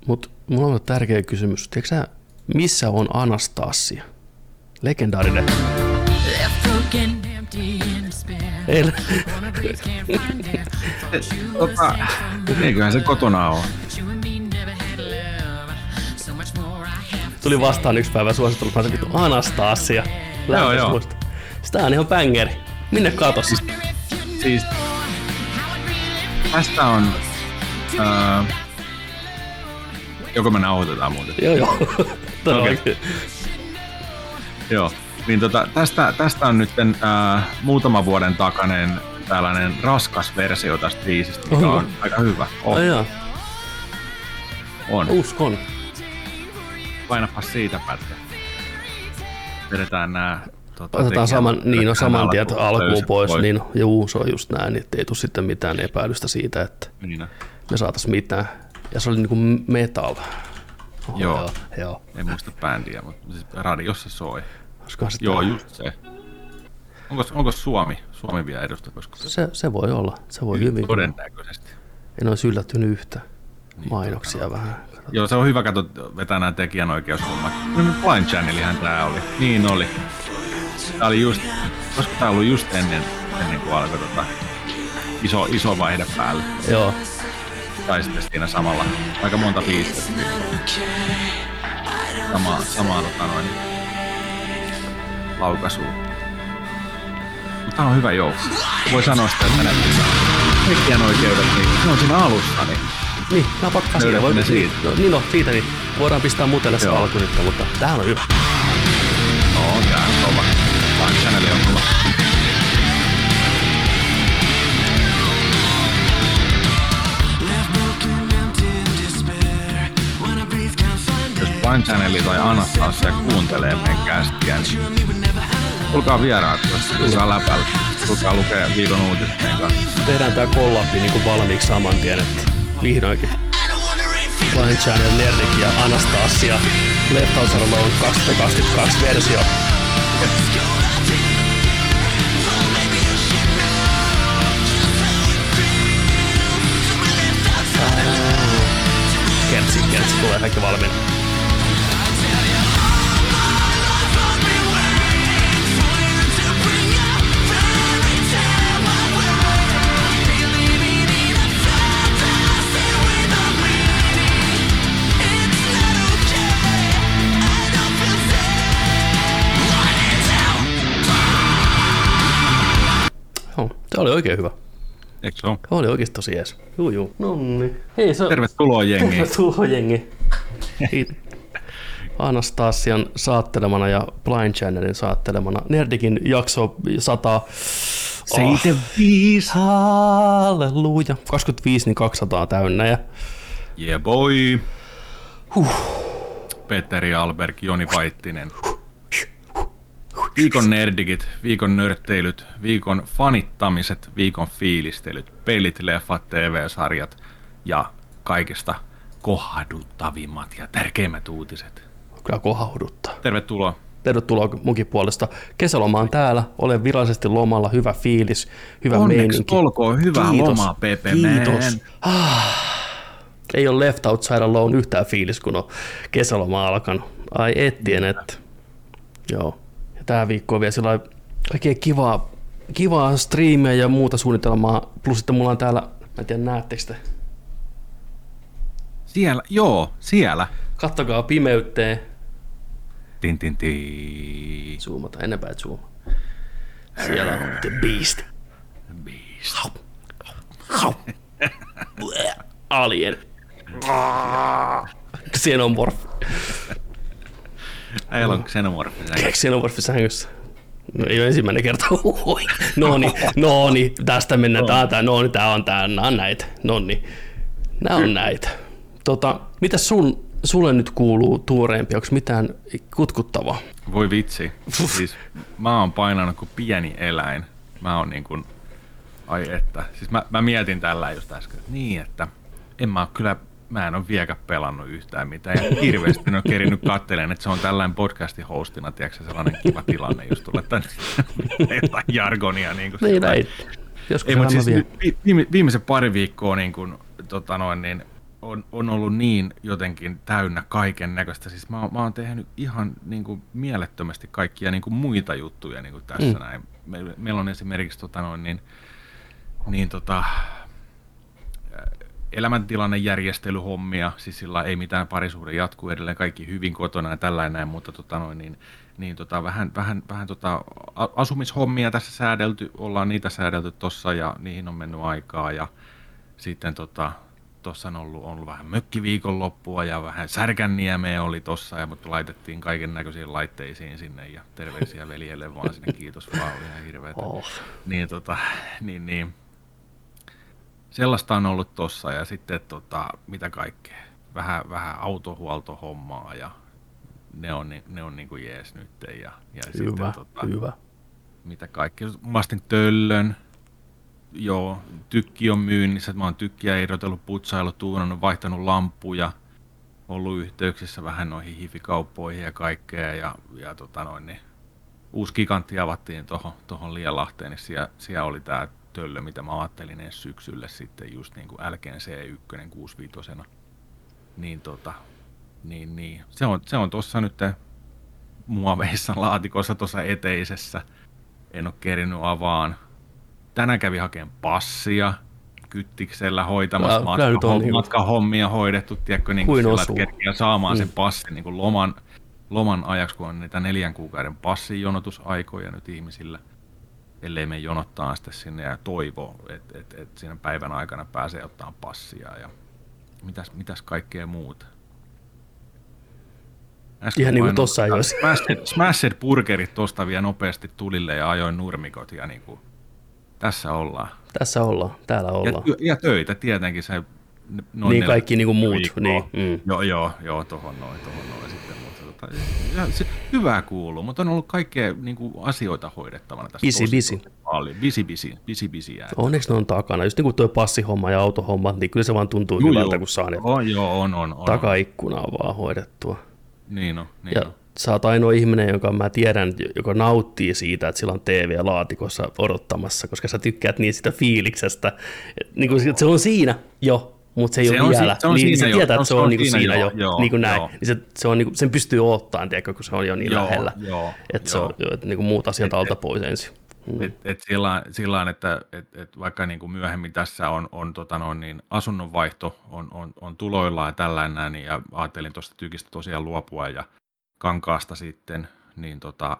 Mutta mulla on tärkeä kysymys. Tiedätkö sä, missä on Anastasia? Legendaarinen. Eiköhän se kotona ole. Tuli vastaan yksi päivä suosittelussa, mä sanoin, Anastasia. Joo. Sitä on ihan bängeri. Minne katos? Siis tästä on... joko me nauhoitetaan muuten? Joo. Okay. Joo. Niin tästä on nyt muutaman vuoden takainen tällainen raskas versio tästä biisistä, mikä on aika hyvä. On. Uskon. Painapas siitä pätkä. Vedetään nää... Otetaan saman tien alkuun pois. Niin, juu, se on just näin, että ei tule sitten mitään epäilystä siitä, että me saatais mitään. Ja se oli niinku metal. Joo. En muista bändiä, mutta siis radiossa soi. Se joo, just se. Onko Suomi vielä edustettu? Se voi olla. Se voi hyvin. Todennäköisesti. En olisi yllättynyt yhtään. Mainoksia vähän. Joo, se on hyvä vetää nämä tekijänoikeushommat. Blind Channelihän tää oli. Niin oli. Tää oli just, koska tää ollut just ennen kuin alkoi iso vaihde päälle. Joo. Tai sitten siinä samalla aika monta biisiä. Samaa laukaisua. Mutta tää on hyvä joukko. Voi sanoa sitä, että ne tekijänoikeudet, niin ne on siinä alussa. Niin, nää on pakka siitä. Ne siitä. Siitä niin voidaan pistää mutelle se alku nyt, mutta tämähän on hyvä. No, tää on kova. Blind Channel on mulla. Jos Blind Channel tai Anastasia kuuntelee meidän kästiä, niin tulkaa vieraat, tulkaa läpällä. Tulkaa lukea viikon uutiset meidän kanssa. Tehdään tää kollabi niin kuin valmiiksi saman tien, että vihdoinkin. Blind Channel, Nerdik ja Anastasia. Left Outside Alone 2022 versio. Kertsi tulee kaikki valmiina. Se oli oikein hyvä. Eikö se ole? Oli oikeesti tosi jees. Juu. Nonni. Hei, Tervetuloa jengiin. Tervetuloa jengiin. Anastasian saattelemana ja Blind Channelin saattelemana. Nerdikin jakso 75. Halleluja. 25 niin 200 täynnä. Ja... Yeah boy. Petteri Alberg, Joni Vaittinen. Viikon nerdikit, viikon nörtteilyt, viikon fanittamiset, viikon fiilistelyt, pelit, leffat, TV-sarjat ja kaikista kohduttavimmat ja tärkeimmät uutiset. Kyllä kohauduttaa. Tervetuloa. Tervetuloa munkin puolesta. Kesäloma on täällä, olen virallisesti lomalla, hyvä fiilis, hyvä meininki. Onneksi olkoon, hyvää lomaa, Pepe. Kiitos. Ei ole Left Outside Alone yhtään fiilis, kun on kesäloma alkanut. Ai ettien, että joo. Tää viikko on vielä sillä kaikkea kivaa striimiä ja muuta suunnitelmaa. Plus sitten mulla on täällä, mä en tiedä näettekö te. Siellä. Kattokaa pimeyteen. Tin. Zoomata, enempää et zooma. Siellä on The Beast. Alien. Xenomorph. Äijällä on Xenomorphi sängyssä. No, ei ole ensimmäinen kerta. Noni, tästä mennään. Tää on näitä. Nää on näitä. Mitäs sulle nyt kuuluu tuoreempi? Onko mitään kutkuttavaa? Voi vitsi. Siis mä oon painanut kuin pieni eläin. Mä oon niin kuin, ai että. Siis mä mietin tällä just äsken. Niin, että mä en ole vieläkään pelannut yhtään mitään. Ja hirveästi en ole kerinyt katselemaan, että se on tällainen podcastin hostina, tiedätkö, sellainen kiva tilanne just tulla tänne. Jotain jargonia. Niin kuin näin. Ei, mutta siis viimeisen pari viikkoa niin kuin, on ollut niin jotenkin täynnä kaiken näköistä. Siis mä oon tehnyt ihan niin kuin mielettömästi kaikkia niin kuin muita juttuja niin kuin tässä näin. Meillä on esimerkiksi elämäntilannejärjestelyhommia, siis sillä ei mitään, parisuhde jatkuu edelleen, kaikki hyvin kotona ja tällainen näin, mutta vähän asumishommia tässä säädelty, ollaan niitä säädelty tossa ja niihin on mennyt aikaa ja sitten tuossa on ollut vähän mökkiviikonloppua ja vähän Särkänniemeä oli tossa, ja mutta laitettiin kaiken näköisiin laitteisiin sinne ja terveisiä veljelle vaan sinne, kiitos vaan, oli ihan hirveetä. Niin. Sellaista on ollut tossa ja sitten mitä kaikkea, vähän autohuoltohommaa ja ne on niinku jees nyt ja hyvä, sitten hyvä. Mitä kaikkea, mä astin töllön. Joo, tykki on myynnissä, mä oon tykkiä irrotellut, putsailut, tuunannut, vaihtanut lampuja, ollut yhteyksissä vähän noihin hifikauppoihin ja kaikkea ja niin uusi gigantti avattiin tuohon Lielahteen, niin siellä oli tää töllö, mitä mä ajattelin ensi syksylle sitten just niin kuin LGN C1 65. Niin, se on tuossa nyt muoveissa laatikossa tuossa eteisessä, en ole kerinyt avaan. Tänään kävi hakemaan passia Kyttiksellä hoitamassa matkahommia hoidettu, tiedätkö, niin kuin sillä, että kerkiä saamaan sen passin niin kuin loman ajaksi, kun on niitä 4 kuukauden passijonotusaikoja nyt ihmisillä, ellei me jonottaa sitten sinne ja toivo, että siinä päivän aikana pääsee ottamaan passia ja mitäs kaikkea muuta. Ihan niin kuin tossa ajoissa. Smashed burgerit tosta vielä nopeasti tulille ja ajoin nurmikot ja niin kuin tässä ollaan. Täällä ollaan. Ja töitä tietenkin se. Niin kaikki niin kuin muut. Niin. Joo, tohon noin sitten. Mutta hyvää kuuluu, mutta on ollut kaikkea niin kuin asioita hoidettavana tässä. Bisi. Onneksi ne on takana. Just niin kuin tuo passihomma ja autohomma, niin kyllä se vaan tuntuu hyvältä, kun saa ne takaikkunaa vaan hoidettua. Niin on. Sä oot ainoa ihminen, jonka mä tiedän, joka nauttii siitä, että sillä on TV laatikossa odottamassa, koska sä tykkäät niin sitä fiiliksestä. Niin kuin se on siinä jo, mutta se ei ole vielä. Se tietää, että se on niin siinä jo. Niin kuin näin. Niin se on, niin kuin, sen pystyy ottamaan, tiedätkö, kun se on jo niin lähellä. Että se on niin kuin muut asiat alta pois ensin. Sillä että vaikka niin kuin myöhemmin tässä on niin asunnonvaihto on tuloillaan ja tällainen, niin, ja ajattelin tuosta tykistä tosiaan luopua ja kankaasta sitten, niin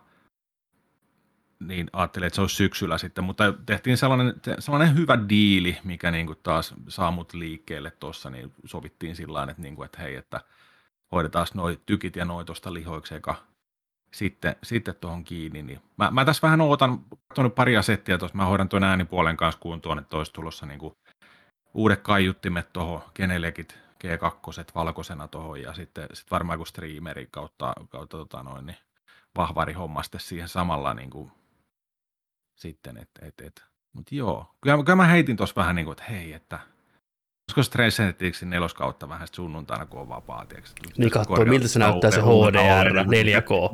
ajattelin, että se olisi syksyllä sitten, mutta tehtiin sellainen hyvä diili, mikä niin kuin taas saa mut liikkeelle tuossa, niin sovittiin sillä tavalla, että, niin kuin, että hei, että hoidetaan noi tykit ja noi tuosta lihoiksi, eikä sitten tuohon kiinni. Niin mä tässä vähän ootan paria settiä tuossa, mä hoidan tuon äänipuolen kanssa kuntoon, että olisi tulossa niin kuin uudet kaiuttimet tuohon, Genelekit G2 valkoisena tuohon ja sitten varmaan joku streameri kautta niin vahvarihomma sitten siihen samalla niin kuin sitten, mutta joo, kyllä mä heitin tuossa vähän niin kuin, että hei, että olisiko Strange 4 kautta vähän sunnuntaina, kun on vapaa, tiiäks? Niin katsoo, miltä se näyttää se HDR 4K.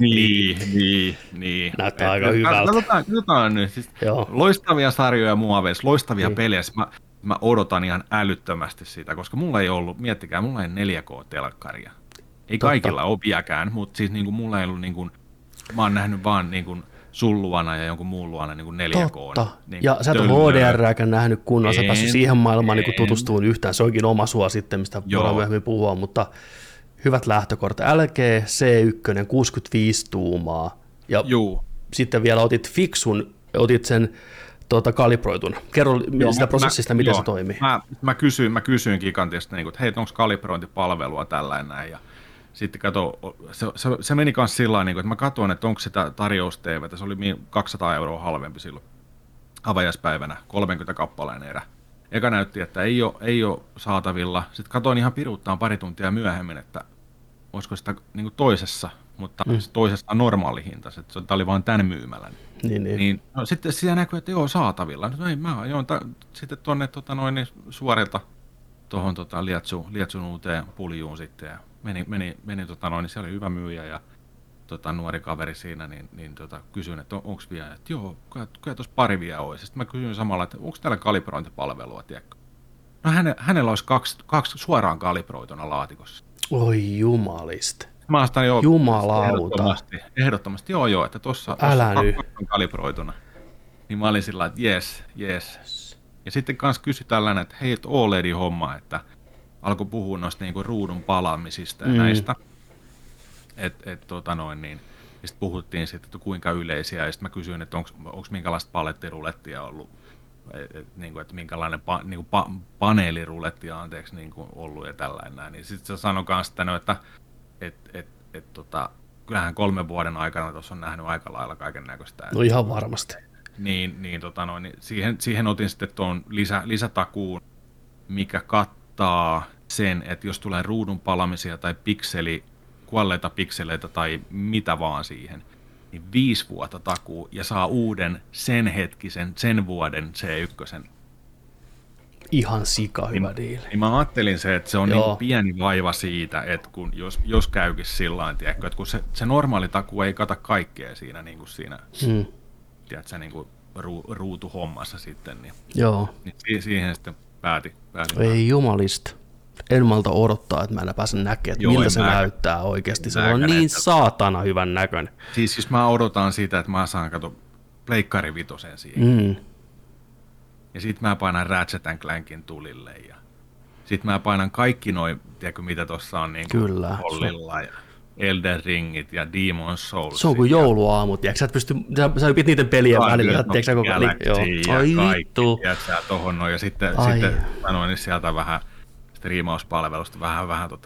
Niin. Näyttää aika hyvältä. Katsotaan nyt. Siis loistavia sarjoja muoveissa, loistavia pelejä. Mä odotan ihan älyttömästi sitä, koska mulla ei ollut, miettikää, mulla ei 4K-telkkaria. Ei kaikilla ole vieläkään, mutta siis niin kuin mulla ei ollut, niin kuin, mä oon nähnyt vaan niin kuin sun luona ja jonkun muun luona niin kuin 4K. Totta. Niin ja sä et ole HDR-ääkään nähnyt kunnolla, sä päässyt siihen maailmaan niin tutustumaan yhtään. Se onkin oma sua sitten, mistä voidaan myöhemmin puhua, mutta hyvät lähtökortit. LG C1, 65 tuumaa. Ja sitten vielä otit sen kalibroitun. Kerro sitä prosessista, miten se toimii. Mä kysyin Gigantista, niin kuin, että hei, onko kalibrointipalvelua tällainen, ja sitten kato, se meni myös sillä tavalla, että mä katsoin, että onko sitä tarjous-TVtä, se oli 200 € halvempi silloin avajaispäivänä, 30 kappaleen erä. Eka näytti, että ei ole saatavilla. Sitten katsoin ihan piruuttaan pari tuntia myöhemmin, että olisiko sitä niin kuin toisessa, mutta toisessa on normaali hinta, että tämä oli vain tämän myymälän. Niin, no, sitten siellä näkyy, että joo, saatavilla. No, ei, mä ajoin sitten tuonne suorilta tuohon Lietsun uuteen puljuun sitten ja meni niin siellä oli hyvä myyjä ja nuori kaveri siinä, niin kysyin, että onko vielä, että joo, kyllä tuossa pari vielä olisi. Sitten mä kysyin samalla, että onko täällä kalibrointipalvelua, tiedätkö? No hänellä olisi kaksi suoraan kalibroituna laatikossa. Oi jumalista. Mä ostan jo Jumalauta. Ehdottomasti, joo, että tuossa on kalibroituna. Niin mä olin sillä että jes. Ja sitten kans kysyi tällainen, että hei, OLED-homma, että alkoi puhua noista niinku ruudun palaamisista ja näistä. Niin. Ja sitten puhuttiin siitä, että kuinka yleisiä, ja sitten mä kysyin, että onko minkälaista palettirulettia ollut, että minkälainen paneelirulettia anteeksi ollut ja tällainen näin. Niin sitten se sanoi myös, että kyllähän 3 vuoden aikana tuossa on nähnyt aika lailla kaiken näköistä. No ihan varmasti. Niin siihen otin sitten tuon lisätakuun, mikä kattaa sen, että jos tulee ruudun palamisia tai kuolleita pikseleitä tai mitä vaan siihen, niin 5 vuotta takuu ja saa uuden sen vuoden C1. Ihan sika hyvä diili. Niin mä ajattelin se, että se on niin pieni vaiva siitä, että kun jos käykin sillain, tiedätkö, että kun se normaali takuu ei kata kaikkea siinä, niin kuin siinä tiedätkö, niin kuin ruutuhommassa sitten, niin, niin siihen sitten päätin. Ei jumalista. En malta odottaa, että mä en pääse näkemään, että miltä se näyttää oikeasti. Se on niin saatana hyvän näköinen. Siis mä odotan sitä, että mä saan Pleikkari 5 siihen. Ja sit mä painan Ratchet & Clankin tulille. Ja sit mä painan kaikki noin, tiedätkö mitä tossa on, niin Hollilla ja Elden Ringit ja Demon's Souls. Se on kuin jouluaamu, tiedätkö? Sä ypit niiden pelien välillä, tiedätkö? Ai vittu. Tohon noin. Ja sitten sanoin sieltä vähän striimauspalvelusta vähän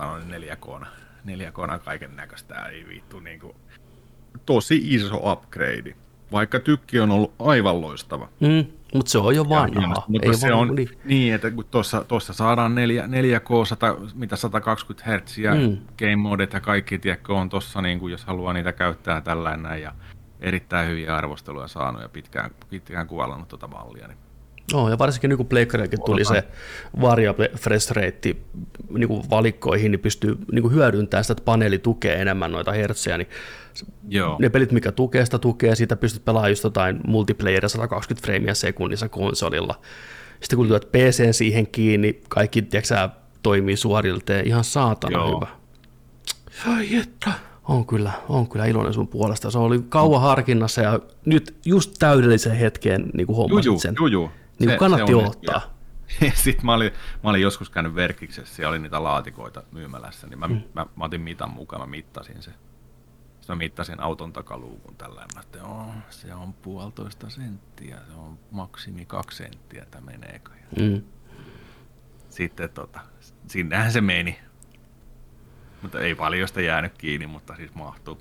4K kaiken näköistä, ei vittu niinku tosi iso upgrade. Vaikka tykki on ollut aivan loistava. Mutta se on jo vanha. Mutta se on niin, että kun tuossa saadaan 4K 120 Hz game modet ja kaikki, tiedätkö, on tuossa, niin kuin, jos haluaa niitä käyttää tällainen ja erittäin hyviä arvosteluja saanut ja pitkään kuvannut tuota mallia. Niin. Ja varsinkin niin kun Pleikkarillekin tuli se variable fresh rate niin valikkoihin, niin pystyy niin hyödyntämään sitä, että paneeli tukee enemmän noita hertsejä, niin ne pelit, mikä tukee, siitä pystyt pelaamaan just jotain multiplayeria 120 freimiä sekunnissa konsolilla. Sitten kun lyöt PC:n siihen kiinni, kaikki tiedätkö, toimii suorilteen, ihan saatana hyvä. Ai että, on kyllä iloinen sun puolesta. Se oli kauan harkinnassa ja nyt just täydellisen hetkeen niin hommasit sen. Niin kuin kannatti ottaa. Sitten mä olin joskus käynyt Verkiksessä ja oli niitä laatikoita myymälässä, niin mä otin mitan mukaan, mä mittasin se. Sitten mä mittasin auton takaluukun tällainen, että se on 1,5 senttiä, se on maksimi 2 senttiä, että meneekö. Sitten sinnehän se meni. Mutta ei paljon sitä jäänyt kiinni, mutta siis mahtuu.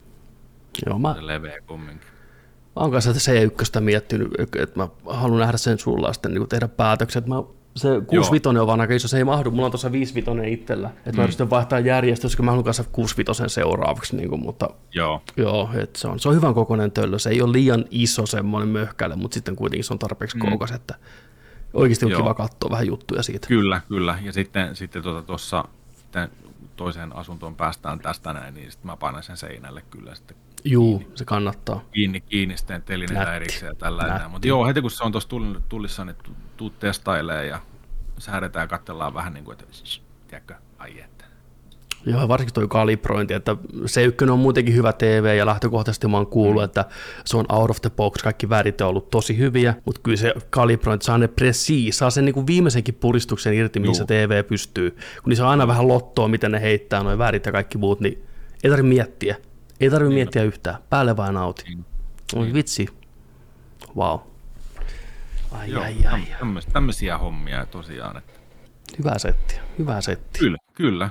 Se leveä kumminkin. Mä oon kanssa C1 miettinyt, että mä haluan nähdä sen sulla sitten niin tehdä päätökset. Se 6.5 on vaan aika iso, se ei mahdu. Mulla on tuossa 5.5 itsellä. Että mä yritän vaihtaa järjestys, koska mä haluan kanssa 6.5 seuraavaksi. mutta että se on hyvän kokoinen töllö. Se ei ole liian iso semmoinen möhkäle, mutta sitten kuitenkin se on tarpeeksi kookas, että oikeasti on kiva katsoa vähän juttuja siitä. Kyllä. Ja sitten tuossa toiseen asuntoon päästään tästä näin, niin sitten mä painan sen seinälle kyllä sitten. Se kannattaa. Kiinni sitten telineitä erikseen ja tällainen. Mutta heti kun se on tuossa tullissa, niin tuu testailemaan ja säädetään ja katsellaan vähän niin kuin, että tiedätkö, ai että. Joo, varsinkin tuo kalibrointi, että C1 on muutenkin hyvä TV ja lähtökohtaisesti mä oon kuullut, että se on out of the box, kaikki värit on ollut tosi hyviä, mutta kyllä se kalibrointi saa ne saa sen niin kuin viimeisenkin puristuksen irti, missä TV pystyy, kun niissä on aina vähän lottoa, miten ne heittää nuo värit ja kaikki muut, niin ei tarvitse miettiä. Ei tarvitse miettiä yhtään. Päälle vain nauti. Oi vitsi. Vau. Ai. Tämmöisiä hommia tosiaan. Että. Hyvää settiä. Kyllä.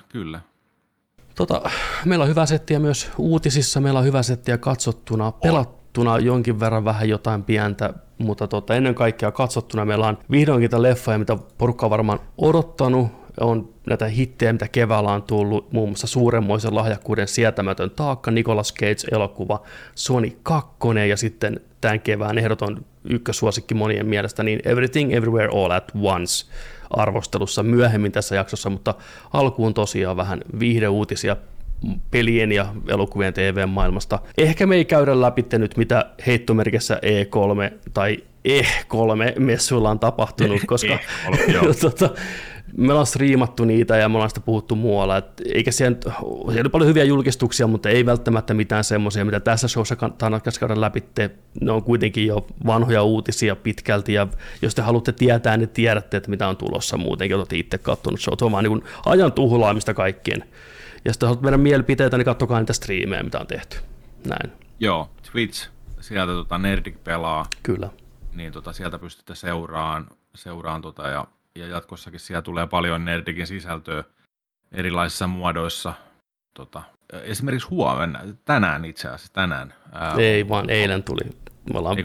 Meillä on hyvä settiä myös uutisissa. Meillä on hyvä settiä katsottuna. Pelattuna jonkin verran vähän jotain pientä, mutta ennen kaikkea katsottuna meillä on vihdoinkin tätä leffoja, mitä porukka on varmaan odottanut. On näitä hittejä, mitä keväällä on tullut, muun muassa Suuremmoisen lahjakkuuden sietämätön taakka, Nicolas Cage-elokuva, Sonic 2 ja sitten tämän kevään ehdoton ykkössuosikki monien mielestä, niin Everything Everywhere All at Once arvostelussa myöhemmin tässä jaksossa, mutta alkuun tosiaan vähän viihdeuutisia pelien ja elokuvien TV-maailmasta. Ehkä me ei käydä läpi nyt, mitä heittomerkissä E3 tai 3 messuilla on tapahtunut, koska me ollaan striimattu niitä ja me ollaan sitä puhuttu muualla. Eikä siellä oli paljon hyviä julkistuksia, mutta ei välttämättä mitään semmoisia, mitä tässä showssa kannattaisi käydä läpi. Ne on kuitenkin jo vanhoja uutisia pitkälti, ja jos te haluatte tietää, niin tiedätte, että mitä on tulossa muutenkin. Olette itse katsonut showt. Se on vaan niin ajan tuhlaamista kaikkien. Ja jos te haluatte meidän mielipiteitä, niin katsokaa niitä striimejä, mitä on tehty. Näin. Joo, Twitch, sieltä Nerdik pelaa. Kyllä. Niin sieltä pystytte seuraan ja jatkossakin siellä tulee paljon Nerdikin sisältöä erilaisissa muodoissa. Esimerkiksi huomenna, tänään itse asiassa, Ei, vaan eilen tuli. Me ollaan,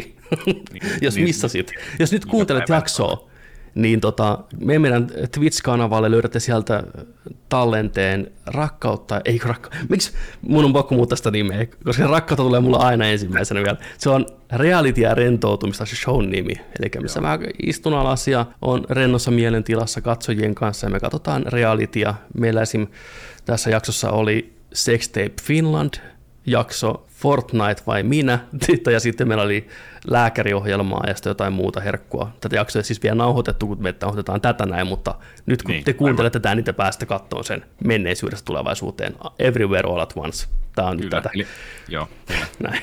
jos missasit. Jos nyt kuuntelet jaksoa, niin meidän Twitch-kanavalle löydätte sieltä tallenteen rakkautta, miksi mun on pakko muuttaa sitä nimeä, koska rakkautta tulee mulla aina ensimmäisenä vielä. Se on reality ja rentoutumista, se shown nimi, eli missä mä istun alas ja on rennossa mielentilassa katsojien kanssa ja me katsotaan realitya. Meillä esim. Tässä jaksossa oli Sextape Finland, jakso Fortnite vai minä, ja sitten meillä oli lääkäriohjelmaa ja sitten jotain muuta herkkua. Tätä jaksoa ei siis vielä nauhoitettu, kun me nauhoitetaan tätä näin, mutta nyt kun te kuuntelette tämän, niin te pääsette katsomaan sen menneisyydestä tulevaisuuteen. Everywhere all at once. Tämä on kyllä, nyt tätä. Joo, kyllä. Näin.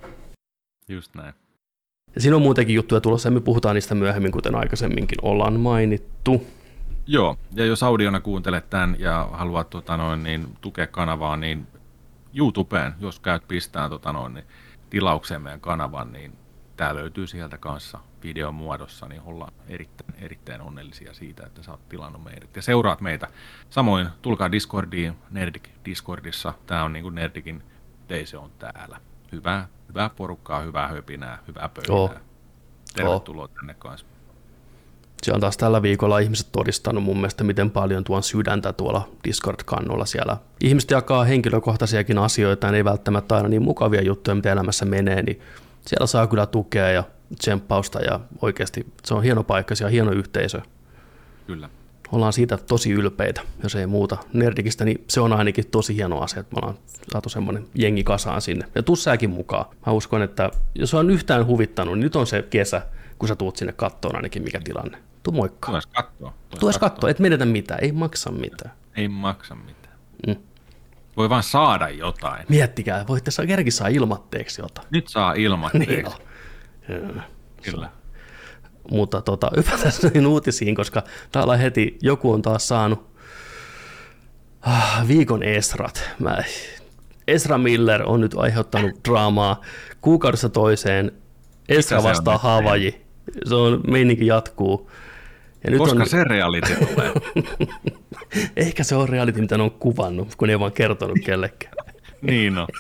Just näin. Ja siinä on muutenkin juttuja tulossa, ja me puhutaan niistä myöhemmin, kuten aikaisemminkin ollaan mainittu. Joo, ja jos audiona kuuntelet tämän ja haluat niin tukea kanavaa, niin YouTubeen, jos käyt pistään niin tilaukseen meidän kanavan, niin tämä löytyy sieltä kanssa videon muodossa, niin ollaan erittäin onnellisia siitä, että sä oot tilannut meidät ja seuraat meitä. Samoin tulkaa Discordiin, Nerdik Discordissa, tämä on niin kuin Nerdikin se on täällä. Hyvää porukkaa, hyvää höpinää, hyvää pöydää. Tervetuloa tänne kanssa. Se on taas tällä viikolla ihmiset todistanut mun mielestä, miten paljon tuon sydäntä tuolla Discord-kannolla siellä. Ihmiset jakaa henkilökohtaisiakin asioita, ei välttämättä aina niin mukavia juttuja, mitä elämässä menee, niin siellä saa kyllä tukea ja tsemppausta ja oikeasti se on hieno paikka, siellä on hieno yhteisö. Kyllä. Ollaan siitä tosi ylpeitä, jos ei muuta. Nerdikistä, niin se on ainakin tosi hieno asia, että me ollaan saatu semmoinen jengi kasaan sinne. Ja tuu säkin mukaan. Mä uskon, että jos on yhtään huvittanut, niin nyt on se kesä, kun sä tuut sinne kattoon ainakin mikä tilanne. Tuu moikkaan. Tuo edes katsoa, et menetä mitään, ei maksa mitään. Ei maksa mitään. Voi vaan saada jotain. Miettikää, voitte kerrankin saa ilmatteeksi jotain. Nyt saa ilmatteeksi. Niin kyllä. Mutta ypätään noihin uutisiin, koska täällä heti joku on taas saanut viikon Esrat. Ezra Miller on nyt aiheuttanut draamaa kuukaudessa toiseen. Ezra vastaa Havaji. Se on, meininki jatkuu. Ja nyt koska se reality tulee? Ehkä se on reality, mitä ne on kuvannut, kun ne ei vaan kertonut kellekään. Niin on.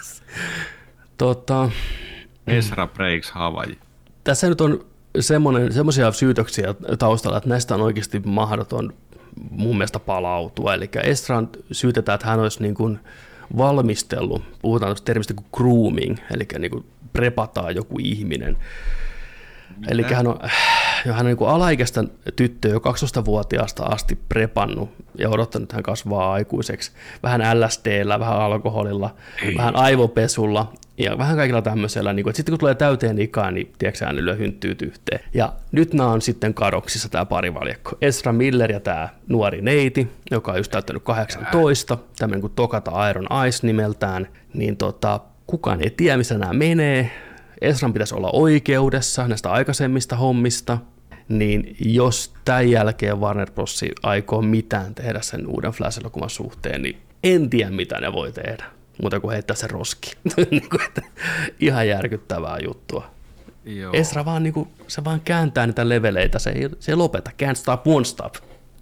Ezra breaks Havaji. Tässä nyt on semmoisia syytöksiä taustalla, että näistä on oikeasti mahdoton mun mielestä palautua. Eli Ezran syytetään, että hän olisi niin kuin valmistellut, puhutaan tuosta termistä kuin grooming, eli niin kuin prepataan joku ihminen. Mitä? Eli hän on niin kuin alaikäistä tyttöä jo 12-vuotiaasta asti prepannut ja odottanut, että hän kasvaa aikuiseksi. Vähän LSD:llä, vähän alkoholilla, vähän aivopesulla ja vähän kaikilla tämmöisellä. Niin kuin, että sitten kun tulee täyteen ikään, niin tiedätkö hän lyö hynttyyt yhteen. Ja nyt nämä on sitten kadoksissa tämä parivaljakko. Ezra Miller ja tämä nuori neiti, joka on just täyttänyt 18, tämmöinen kuin Tokata Iron Eyes nimeltään, niin kukaan ei tiedä, missä nämä menee. Ezran pitäisi olla oikeudessa näistä aikaisemmista hommista, niin jos tämän jälkeen Warner Bros. Aikoo mitään tehdä sen uuden Flash-elokuvan suhteen, niin en tiedä, mitä ne voi tehdä, muuta kuin heittää se roski. Ihan järkyttävää juttua. Joo. Ezra vaan, niin kuin, se vaan kääntää niitä leveleitä, se ei lopeta. Can't stop, won't stop.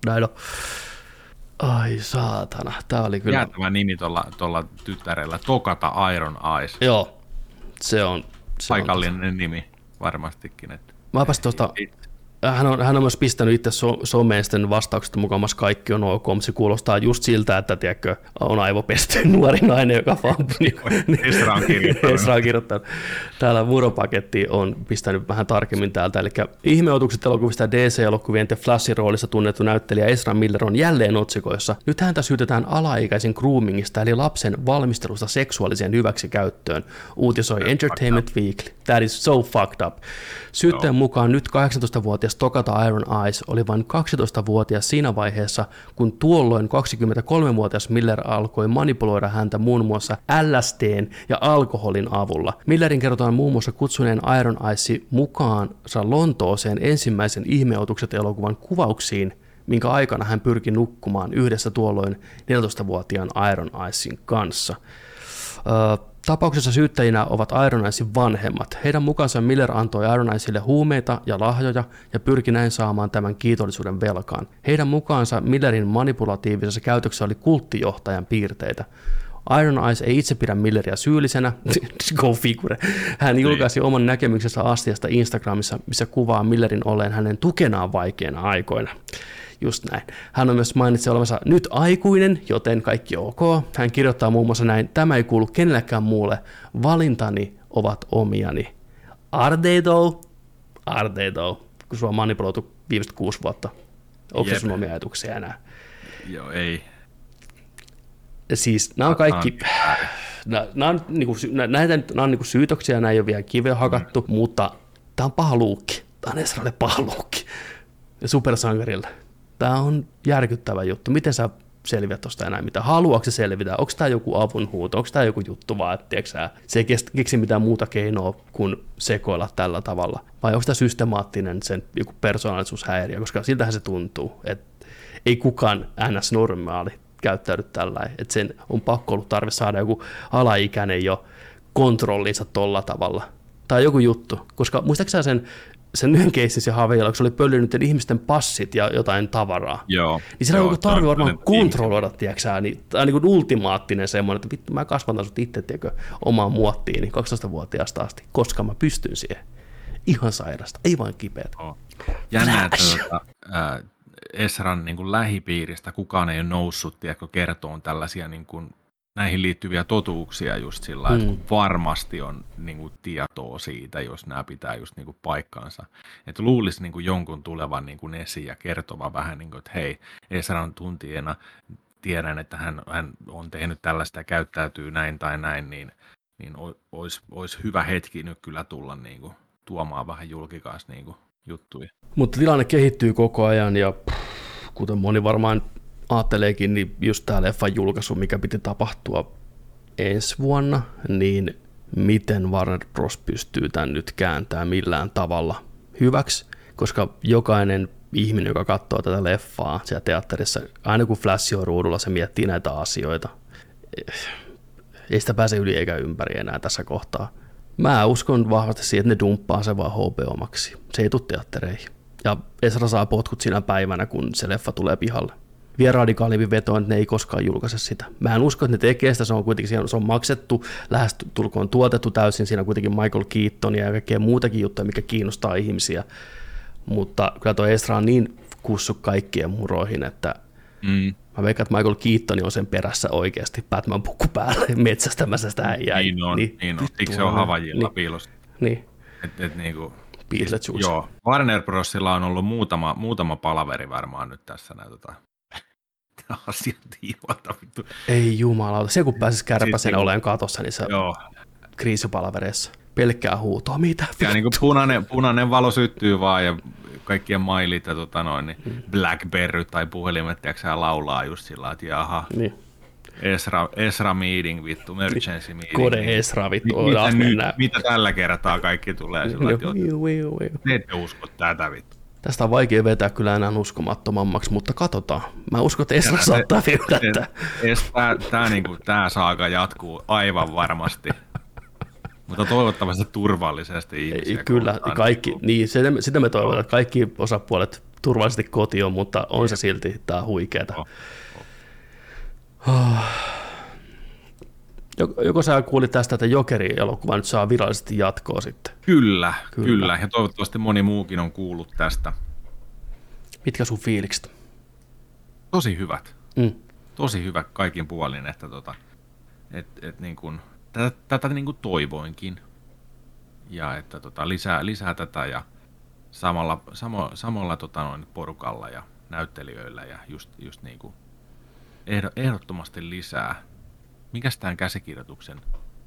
Ai saatana, tää oli kyllä... Jäätävä nimi tuolla tyttärellä, Tokata Iron Eyes. Joo, se on... Paikallinen nimi varmastikin. Että Mäpäs tuosta hän on myös pistänyt itse someen sitten vastaukset, että mukamassa kaikki on ok, mutta se kuulostaa just siltä, että tiedätkö, on aivopesty nuori nainen, joka vaan Esra on kirjoittanut. Täällä Muropaketti on pistänyt vähän tarkemmin täältä, eli ihmeotukset elokuvista DC-elokuvien The Flashin roolissa tunnettu näyttelijä Ezra Miller on jälleen otsikoissa. Nyt häntä syytetään alaikäisen groomingista, eli lapsen valmistelusta seksuaaliseen hyväksikäyttöön, uutisoi Entertainment Weekly. That is so fucked up. Syytteen mukaan nyt 18-vuotias Tokata Iron Eyes oli vain 12-vuotias siinä vaiheessa, kun tuolloin 23-vuotias Miller alkoi manipuloida häntä muun muassa LSD:n ja alkoholin avulla. Millerin kerrotaan muun muassa kutsuneen Iron Eyesin mukaansa Lontooseen ensimmäisen ihmeotukset-elokuvan kuvauksiin, minkä aikana hän pyrki nukkumaan yhdessä tuolloin 14-vuotiaan Iron Eyesin kanssa. Tapauksessa syyttäjinä ovat Iron Eyesin vanhemmat. Heidän mukaansa Miller antoi Iron Eyesille huumeita ja lahjoja ja pyrki näin saamaan tämän kiitollisuuden velkaan. Heidän mukaansa Millerin manipulatiivisessa käytöksessä oli kulttijohtajan piirteitä. Iron Eyes ei itse pidä Milleria syyllisenä, go figure. Hän julkaisi oman näkemyksensä asiasta Instagramissa, missä kuvaa Millerin olleen hänen tukenaan vaikeina aikoina. Just näin. Hän on myös mainitsi olevansa nyt aikuinen, joten kaikki ok. Hän kirjoittaa muun muassa näin, tämä ei kuulu kenellekään muulle, valintani ovat omiani. Are they though? Are they though? Kun sua on manipuloitu viimeiset 6 vuotta. Onko se sun omia ajatuksia enää? Joo, ei. Siis nämä on kaikki, nämä on niinku syytöksiä, nämä ei ole vielä kiveä hakattu, mutta tämä on paha luukki. Tämä on Ezralle paha luukki. Ja supersankarille. Tämä on järkyttävä juttu. Miten sä selviät tuosta enää mitään? Haluatko se selvitä? Onko tämä joku avunhuuto? Onko tämä joku juttu vaan, että se ei keksi mitään muuta keinoa kuin sekoilla tällä tavalla? Vai onko tämä systemaattinen sen joku persoonallisuushäiriö? Koska siltähän se tuntuu, että ei kukaan NS-normaali käyttäydy tällä, että sen on pakko ollut tarve saada joku alaikäinen jo kontrollinsa tolla tavalla. Tai joku juttu, koska muistaakseni sen yhden keissin se Haveilla, kun se oli pöllinyt ihmisten passit ja jotain tavaraa. Joo. Niin siinä on tarve varmaan kontrolloida, tiedätkö niin, tämä on niin kuin ultimaattinen semmoinen, että vittu mä kasvatan sut itse, tiedätkö, omaan muottiin niin 12-vuotiaasta asti, koska mä pystyn siihen. Ihan sairasta, ei vain kipeätä. Jännä, että Ezran niin kuin lähipiiristä kukaan ei ole noussut, tiedätkö, kertoon tällaisia niin kuin näihin liittyviä totuuksia just sillä että varmasti on niin kuin tietoa siitä, jos nämä pitää just niin kuin paikkaansa. Että luulisi niin kuin jonkun tulevan niin kuin esiin ja kertova vähän, niin kuin, että hei, Ezran tuntijana tiedän, että hän on tehnyt tällaista ja käyttäytyy näin tai näin, niin olisi hyvä hetki nyt kyllä tulla niin kuin tuomaan vähän julkikaas niin kuin juttuja. Mutta tilanne kehittyy koko ajan ja kuten moni varmaan ajatteleekin, niin just tämä leffan julkaisu, mikä piti tapahtua ensi vuonna, niin miten Warner Bros. Pystyy tämän nyt kääntämään millään tavalla hyväksi, koska jokainen ihminen, joka katsoo tätä leffaa siellä teatterissa, aina kun Flash on ruudulla, se miettii näitä asioita. Ei sitä pääse yli eikä ympäri enää tässä kohtaa. Mä uskon vahvasti siihen, että ne dumppaa se vaan HBO-maksi. Se ei tule teattereihin. Ja Ezra saa potkut siinä päivänä, kun se leffa tulee pihalle. Vielä radikaalimpi veto on, että ne ei koskaan julkaise sitä. Mä en usko, että ne tekee sitä, se on kuitenkin se on maksettu, lähes tulkoon tuotettu täysin, siinä on kuitenkin Michael Keatonia ja kaikkea muutakin juttuja, mikä kiinnostaa ihmisiä. Mutta kyllä tuo Ezra on niin kussu kaikkien muroihin, että mä veikkaan, että Michael Keaton on sen perässä oikeasti Batman-pukku päälle metsästämässä sitä äijää. Niin on. Siksi se on Havajilla piilossa. Niin. Niinku, joo. Warner Brosilla on ollut muutama palaveri varmaan nyt tässä asiat tiivalta. Ei jumalauta. Se kun pääsisi kärpäsenä olemaan katossa niissä kriisipalavereissa. Pelkkää huutoa. Mitä? Ja niin punainen valo syttyy vaan ja kaikkien mailit ja Blackberry tai puhelimet laulaa just sillä että jaha. Niin. Ezra meeting vittu, emergency meeting. Kode Ezra vittu. Mitä tällä kertaa kaikki tulee sillä että ne ette usko tätä vittu. Tästä on vaikea vetää kyllä enää uskomattomammaksi, mutta katsotaan. Mä uskon, että Ezra saattaa vielä Tämä saaga jatkuu aivan varmasti. Mutta toivottavasti turvallisesti ihmisiä. Kyllä, kaikki, niin, sitä me toivotaan, että kaikki osapuolet turvallisesti kotiin, mutta on se silti tää huikeeta. Joko sä kuulit tästä, että Jokeri-elokuva nyt saa virallisesti jatkoa sitten? Kyllä. Ja toivottavasti moni muukin on kuullut tästä. Mitkä sun fiilikset? Tosi hyvät. Mm. Tosi hyvä kaikin puolin, että niin kuin, tätä niin kuin toivoinkin. Ja että lisää tätä ja samalla porukalla ja näyttelijöillä ja just niin kuin ehdottomasti lisää. Mikäs tämän käsikirjoituksen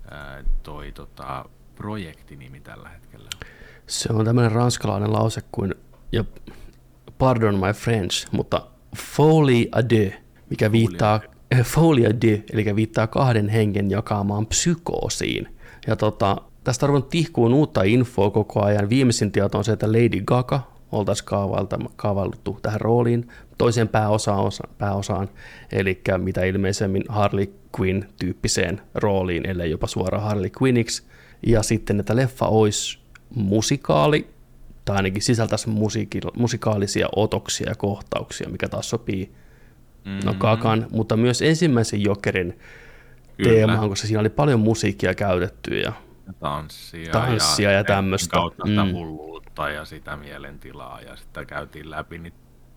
projektinimi tällä hetkellä on? Se on tämmöinen ranskalainen lause kuin, ja pardon my French, mutta folie à deux, mikä viittaa folie à deux, eli viittaa kahden hengen jakamaan psykoosiin. Ja tästä on tihkuun uutta infoa koko ajan. Viimeisin tieto on se, että Lady Gaga oltaisiin kaavailuttu tähän rooliin toiseen pääosaan, eli mitä ilmeisemmin Harley Quinn-tyyppiseen rooliin, ellei jopa suoraan Harley Quinniksi. Ja sitten, että leffa olisi musikaali, tai ainakin sisältäisi musikaalisia otoksia ja kohtauksia, mikä taas sopii Gagan, mutta myös ensimmäisen Jokerin teemaan, koska siinä oli paljon musiikkia käytetty ja tanssia ja tämmöistä. Kautta sitä hulluutta ja sitä mielentilaa ja sitä käytiin läpi, niin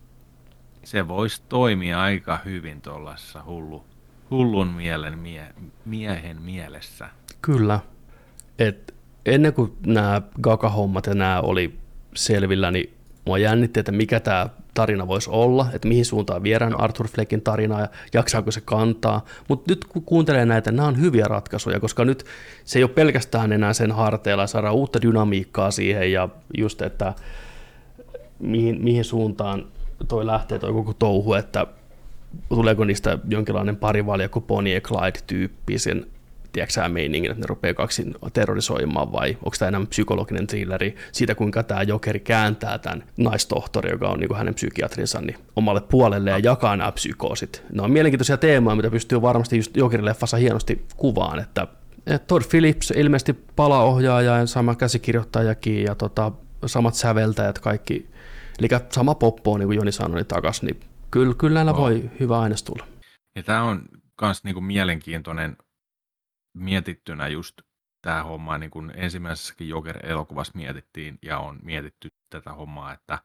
se voisi toimia aika hyvin tuollaisessa hullun miehen mielessä. Kyllä. Et ennen kuin nämä Gaga-hommat ja nämä oli selvillä, niin mua jännitti, että mikä tämä tarina voisi olla, että mihin suuntaan viedään Arthur Fleckin tarinaa ja jaksaako se kantaa. Mutta nyt kun kuuntelee näitä, nämä on hyviä ratkaisuja, koska nyt se ei ole pelkästään enää sen harteilla, saadaan uutta dynamiikkaa siihen ja just, että mihin suuntaan toi lähtee toi koko touhu, että tuleeko niistä jonkinlainen parivaljakko Bonnie ja Clyde-tyyppisen tiedätkö meiningin, että ne rupeaa kaksin terrorisoimaan vai onko tämä enää psykologinen thrilleri siitä, kuinka tämä Jokeri kääntää tämän naistohtori, joka on niin kuin hänen psykiatrinsa, niin omalle puolelle ja jakaa nämä psykoosit. Ne on mielenkiintoisia teemoja, mitä pystyy varmasti just Jokerileffassa hienosti kuvaan, että Todd Phillips ilmeisesti palaohjaaja ja sama käsikirjoittajakin ja samat säveltäjät kaikki, eli sama poppo, niin kuin Joni sanoi, niin takaisin, niin kyllä näillä voi hyvä aines tulla. Ja tämä on myös niin kuin mielenkiintoinen mietittynä just tämä homma, niin kuin ensimmäisessäkin Joker-elokuvassa mietittiin ja on mietitty tätä hommaa, että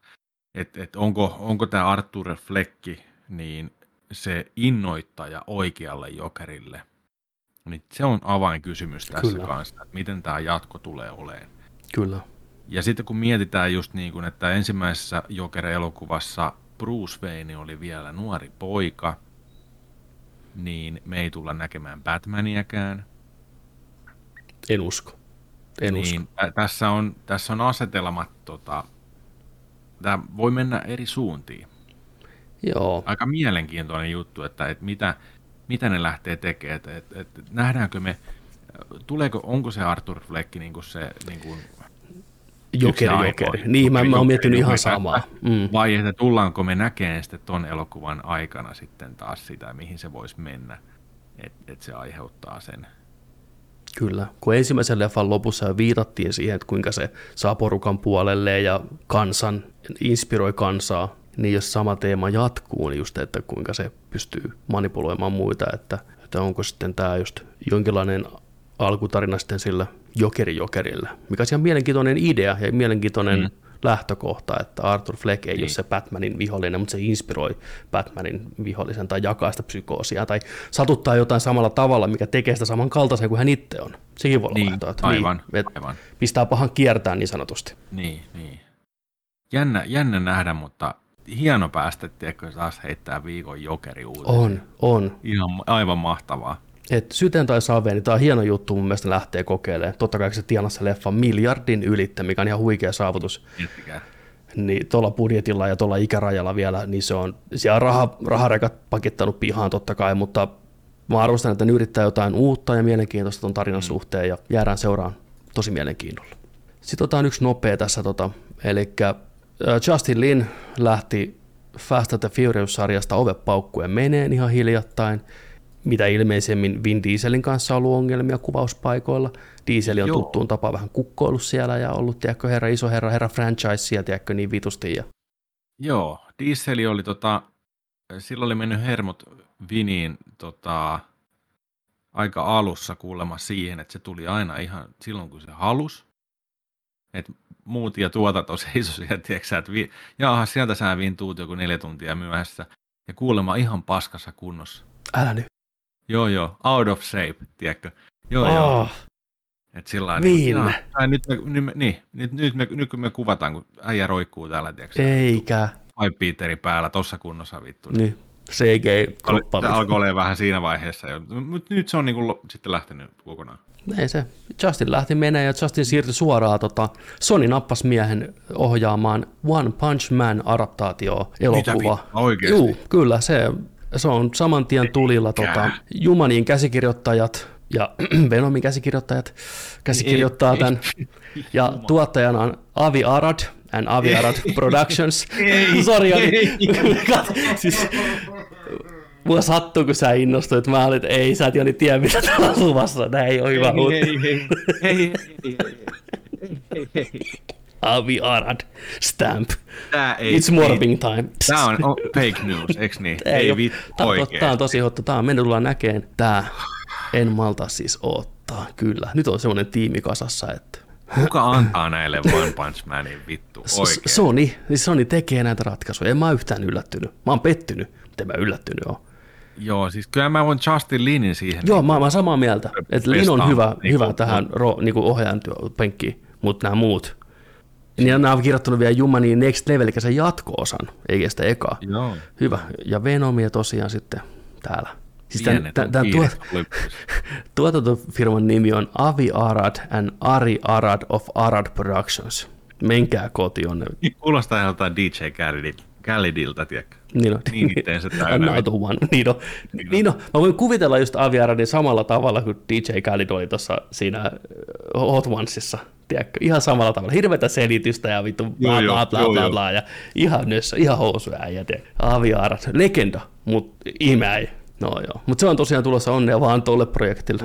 onko tämä Arthur Fleck niin se innoittaja oikealle Jokerille. Niin se on avainkysymys tässä kanssa, että miten tämä jatko tulee olemaan. Kyllä. Ja sitten kun mietitään just niin kuin, että ensimmäisessä Joker-elokuvassa Bruce Wayne oli vielä nuori poika, niin me ei tulla näkemään Batmaniäkään. En usko. Tässä on asetelmat, tämä voi mennä eri suuntiin. Joo. Aika mielenkiintoinen juttu, että mitä ne lähtee tekemään, että nähdäänkö me, onko se Arthur Fleck niin kuin se niin kuin Jokeri. Niin, mä oon miettinyt ihan samaa. Vai että tullaanko me näkemään sitten ton elokuvan aikana sitten taas sitä, mihin se voisi mennä, että se aiheuttaa sen. Kyllä, kun ensimmäisen leffan lopussa viitattiin siihen, että kuinka se saa porukan puolelle ja inspiroi kansaa, niin jos sama teema jatkuu, niin just, että kuinka se pystyy manipuloimaan muita, että onko sitten tämä just jonkinlainen alkutarina sitten sillä Jokerille, mikä on ihan mielenkiintoinen idea ja mielenkiintoinen lähtökohta, että Arthur Fleck ei ole se Batmanin vihollinen, mutta se inspiroi Batmanin vihollisen tai jakaa sitä psykoosia tai satuttaa jotain samalla tavalla, mikä tekee sitä samankaltaisen kuin hän itse on. Sekin voi olla lähtöä. Aivan. Pistää pahan kiertään niin sanotusti. Niin. Jännä nähdä, mutta hieno päästä, tiedätkö, taas heittää viikon Jokeri-uutisia. On. Ihan aivan mahtavaa. Et syten tai saveen, niin tämä on hieno juttu, mun mielestä lähtee kokeilemaan. Totta kai se tienasi se leffa miljardin ylittä, mikä on ihan huikea saavutus. Jättikää. Niin tuolla budjetilla ja tuolla ikärajalla vielä, niin se on, siellä on raharekat pakittanut pihaan totta kai, mutta mä arvostan, että ne yrittää jotain uutta ja mielenkiintoista ton tarinan suhteen ja jäädään seuraan tosi mielenkiinnolla. Sitten otetaan yksi nopea tässä, eli Justin Lin lähti Fast and the Furious-sarjasta ovepaukkuen meneen ihan hiljattain, mitä ilmeisemmin Vin Dieselin kanssa on ollut ongelmia kuvauspaikoilla. Diesel on tuttuun tapaan vähän kukkoillut siellä ja ollut, tiedätkö, iso herra franchisea, tiedätkö, niin vitusti. Joo, Diesel oli silloin oli mennyt hermot Viniin aika alussa kuulemma siihen, että se tuli aina ihan silloin, kun se halusi. Et muut ja tuotanto seisoi siellä, tiedätkö että jaaha, sieltä sä vintuut joku 4 tuntia myöhässä. Ja kuulemma ihan paskassa kunnossa. Älä nyt. Joo, out of shape, tiedätkö? Joo. Että sillä nyt me kuvataan, kun äijä roikkuu täällä, tiedätkö? Eikä. Pipebeateri päällä, tossa kunnossa vittu. Niin, CG-kroppa. Se alkoi olla vähän siinä vaiheessa jo, mutta nyt se on niinku sitten lähtenyt kokonaan. Ei se. Justin lähti menee ja Justin siirtyi suoraan. Sony nappasi miehen ohjaamaan One Punch Man -adaptaatio-elokuva. Oikeesti? Juu, kyllä. Se on saman tien tulilla Jumanin käsikirjoittajat ja Venomin käsikirjoittajat käsikirjoittaa tämän. Ja tuottajana on Avi Arad and Avi Arad Productions. Sori, siis mua sattuu, kun sä innostuit. Mä olin, että ei, sä et Joni tiedä, mitä täällä on luvassa. Tää ei ole hyvä Ei. Avi Arad stamp. It's morphing time. Tää on fake news, eiks niin? Ei vittu oikein. Tää on tosi hotto. Tää on mennyt tullaan näkeen. Tää en malta siis odottaa. Kyllä. Nyt on semmoinen tiimi kasassa, että kuka antaa näille One Punch Manin vittu oikein? Sony tekee näitä ratkaisuja. En mä yllättynyt. Mä oon pettynyt, mutta en mä yllättynyt ole. Joo, siis kyllä mä voin Justin Linin siihen. Joo, mä oon samaa mieltä, että Lin on hyvä tähän niinku ohjaajan penkkiin, mutta nämä muut. Niin nämä on kirjoittanut vielä Jumaniin Next Level, eli sen jatko-osan, eikä sitä ekaa. Joo. Hyvä. Ja Venomia tosiaan sitten täällä. Siis tämän tuotantofirman nimi on Avi Arad and Ari Arad of Arad Productions. Menkää kotiin. Kuulostaa joltain DJ Khalidilta, tiedätkö? Niin itteen se täynnä. Niin on. Mä voin kuvitella just Avi Aradin samalla tavalla kuin DJ Khalid oli tuossa siinä Hot Onesissa. Tiedätkö? Ihan samalla tavalla. Hirveätä selitystä ja vittu bla ja ihan nössä, ihan housuja äijä. Avi Arad, legenda, mutta ihme ei. No joo, mutta se on tosiaan tulossa onnea vaan tuolle projektille.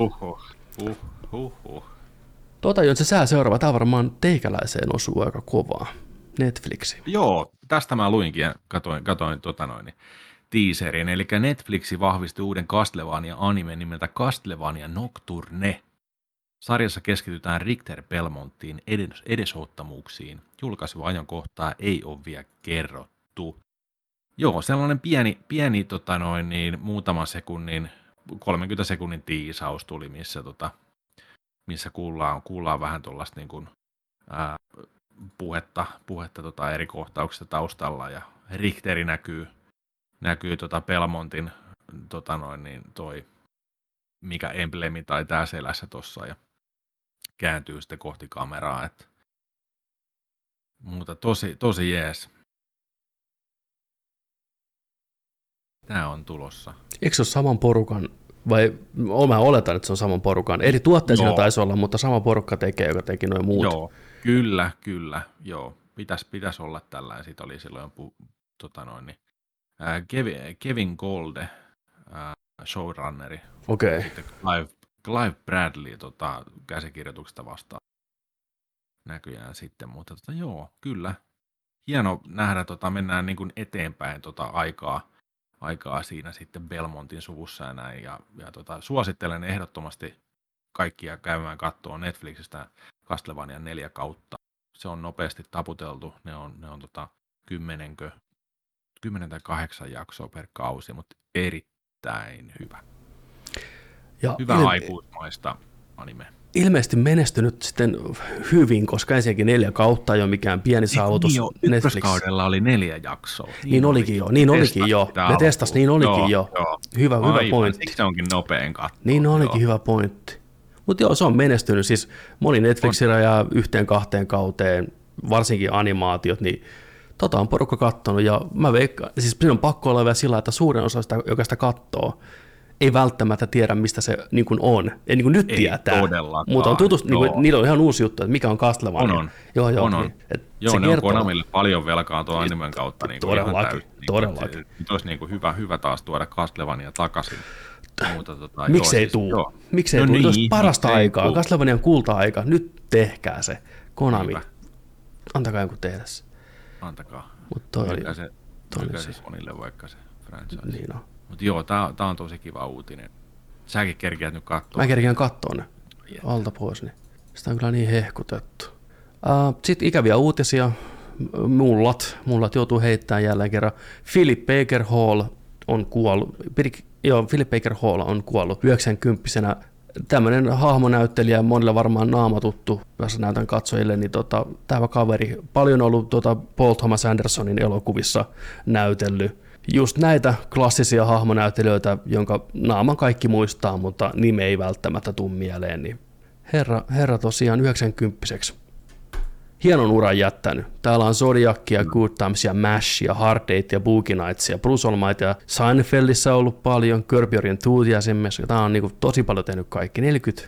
Se sää seuraava, tämä varmaan teikäläiseen osuu aika kovaa. Netflixi. Joo, tästä mä luinkin ja katoin teaserin. Eli Netflixi vahvisti uuden Castlevania-animen nimeltä Castlevania Nocturne. Sarjassa keskitytään Richter Belmontiin edesottamuksiin. Julkaisuajankohtaa ei ole vielä kerrottu. Joo, sellainen pieni muutaman sekunnin, 30 sekunnin tiisaus tuli, missä kuullaan vähän tuollaista niin kuin, puhetta eri kohtauksista taustalla, ja Richteri näkyy Belmontin toi mikä embleemi tai tää selässä tossa, ja kääntyy sitten kohti kameraa, mutta tosi jees. Tää on tulossa. Eikö se ole saman porukan, vai mä oletan, että se on saman porukan. Eri tuotteisina taisi olla, mutta sama porukka tekee, joka teki noin muut. Joo, kyllä, joo. Pitäisi olla tällä, ja siitä oli silloin Kevin Golde, showrunneri. Okei. Sitten Clive Bradley käsikirjoituksesta vastaan näköjään sitten, mutta joo, kyllä. Hieno nähdä, mennään niin kuin eteenpäin aikaa siinä sitten Belmontin suvussa ja näin, ja suosittelen ehdottomasti kaikkia käymään katsoa Netflixistä Castlevania 4 kautta. Se on nopeasti taputeltu, ne on 10 tai 8 jaksoa per kausi, mutta erittäin hyvä. Ja hyvä aikuismaista anime. Ilmeisesti menestynyt sitten hyvin, koska ensinnäkin 4 kautta ei ole mikään pieni saavutus Netflix. Ykköskaudella oli 4 jaksoa. Niin olikin jo. Ne testas, niin olikin jo. Hyvä pointti. Siksi se onkin nopein katsoa. Niin olikin hyvä pointti. Mutta joo, se on menestynyt. Siis moni Netflixillä ja 1-2 kauteen, varsinkin animaatiot, niin on porukka kattonut. Ja mä veikkaan, siis siinä on pakko olla vielä sillä, että suurin osa sitä, joka sitä katsoo, ei välttämättä tiedä, mistä se niin kuin on. Ei niin kuin nyt tietää, mutta on niillä on ihan uusi juttu, että mikä on Castlevania. On. Niin, joo, ne on Konamille paljon velkaa tuon animen kautta. Niin todellakin. Nyt olisi niin kuin hyvä taas tuoda Castlevania takaisin. Miksei tuu? Miksei tuu? Olisi parasta aikaa, Castlevanian kulta-aika. Nyt tehkää se. Konami, antakaa jonkun tehdä se. Antakaa. Myykää se Sonylle vaikka se franchise. Niin on. Mutta joo, tää on tosi kiva uutinen. Säkin kerkeät nyt katsoa. Mä kerkeän katsoa ne alta pois, niin sitä on kyllä niin hehkutettu. Sitten ikäviä uutisia. Mullat joutuu heittämään jälleen kerran. Philip Baker Hall on kuollut. Philip Baker Hall on kuollut 90-vuotiaana. Tämmöinen hahmonäyttelijä, monille varmaan naamatuttu, jos näytän katsojille, niin tämä kaveri paljon ollut Paul Thomas Andersonin elokuvissa näytellyt. Just näitä klassisia hahmonäyttelijöitä, jonka naaman kaikki muistaa, mutta nime ei välttämättä tule mieleen. Niin herra tosiaan 90-vuotiaaksi. Hienon uran jättänyt. Täällä on Zodiacia, Good Timesia, Mashia, Hard Datea, Boogie Nightsia, Bruce Almightyä, Seinfeldissä on ollut paljon, Curb Your Enthusiasmissa. Tämä on niin kuin tosi paljon tehnyt kaikki. 40.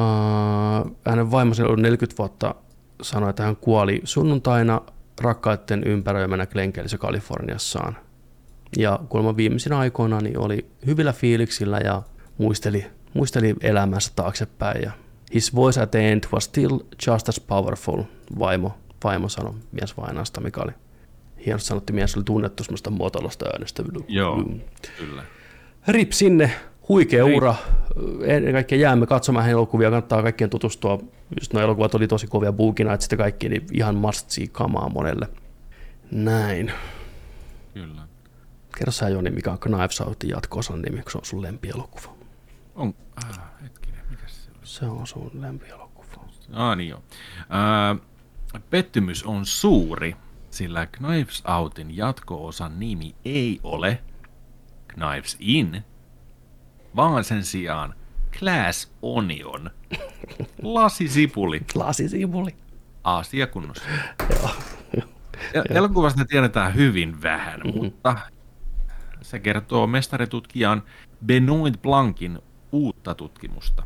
Hänen vaimonsa on ollut 40 vuotta, sanoi, että hän kuoli sunnuntaina rakkaiden ympäröimänä Glenkelissä Kaliforniassaan. Ja kuulemma viimeisinä aikoina niin oli hyvillä fiiliksillä ja muisteli elämänsä taaksepäin. Ja his voice at the end was still just as powerful, vaimo sanoi miesvainasta, mikä oli hienosti sanottu. Mies oli tunnettu semmoista motolosta äänestä. Joo, kyllä. Rip sinne, huikea ura. Ennen kaikkea jäämme katsomaan hänen elokuvia, kannattaa kaikkien tutustua. Just nuo elokuvat oli tosi kovia, Boogie Nights ja kaikki, niin ihan must see kamaa monelle. Näin. Kyllä. Kerro sä, Joni, mikä on Knives Outin jatko-osan nimi, kun se on sun lempielokuva. Hetkinen, mikäs se on? Se on sun lempielokuva. Niin joo. Pettymys on suuri, sillä Knives Outin jatko-osan nimi ei ole Knives In, vaan sen sijaan Glass Onion. Lasisipuli. Lasisipuli. Asia kunnossa. Elokuvasta tiedetään hyvin vähän, mutta se kertoo mestaritutkijan Benoit Blancin uutta tutkimusta.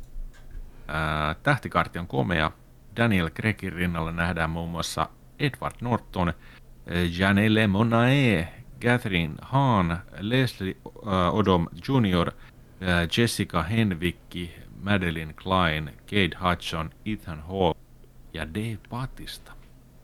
Tähtikaarti on komea. Daniel Craigin rinnalla nähdään muun muassa Edward Norton, Janelle Monáe, Catherine Hahn, Leslie Odom Jr., Jessica Henwick, Madeline Klein, Kate Hudson, Ethan Hawke ja Dave Bautista.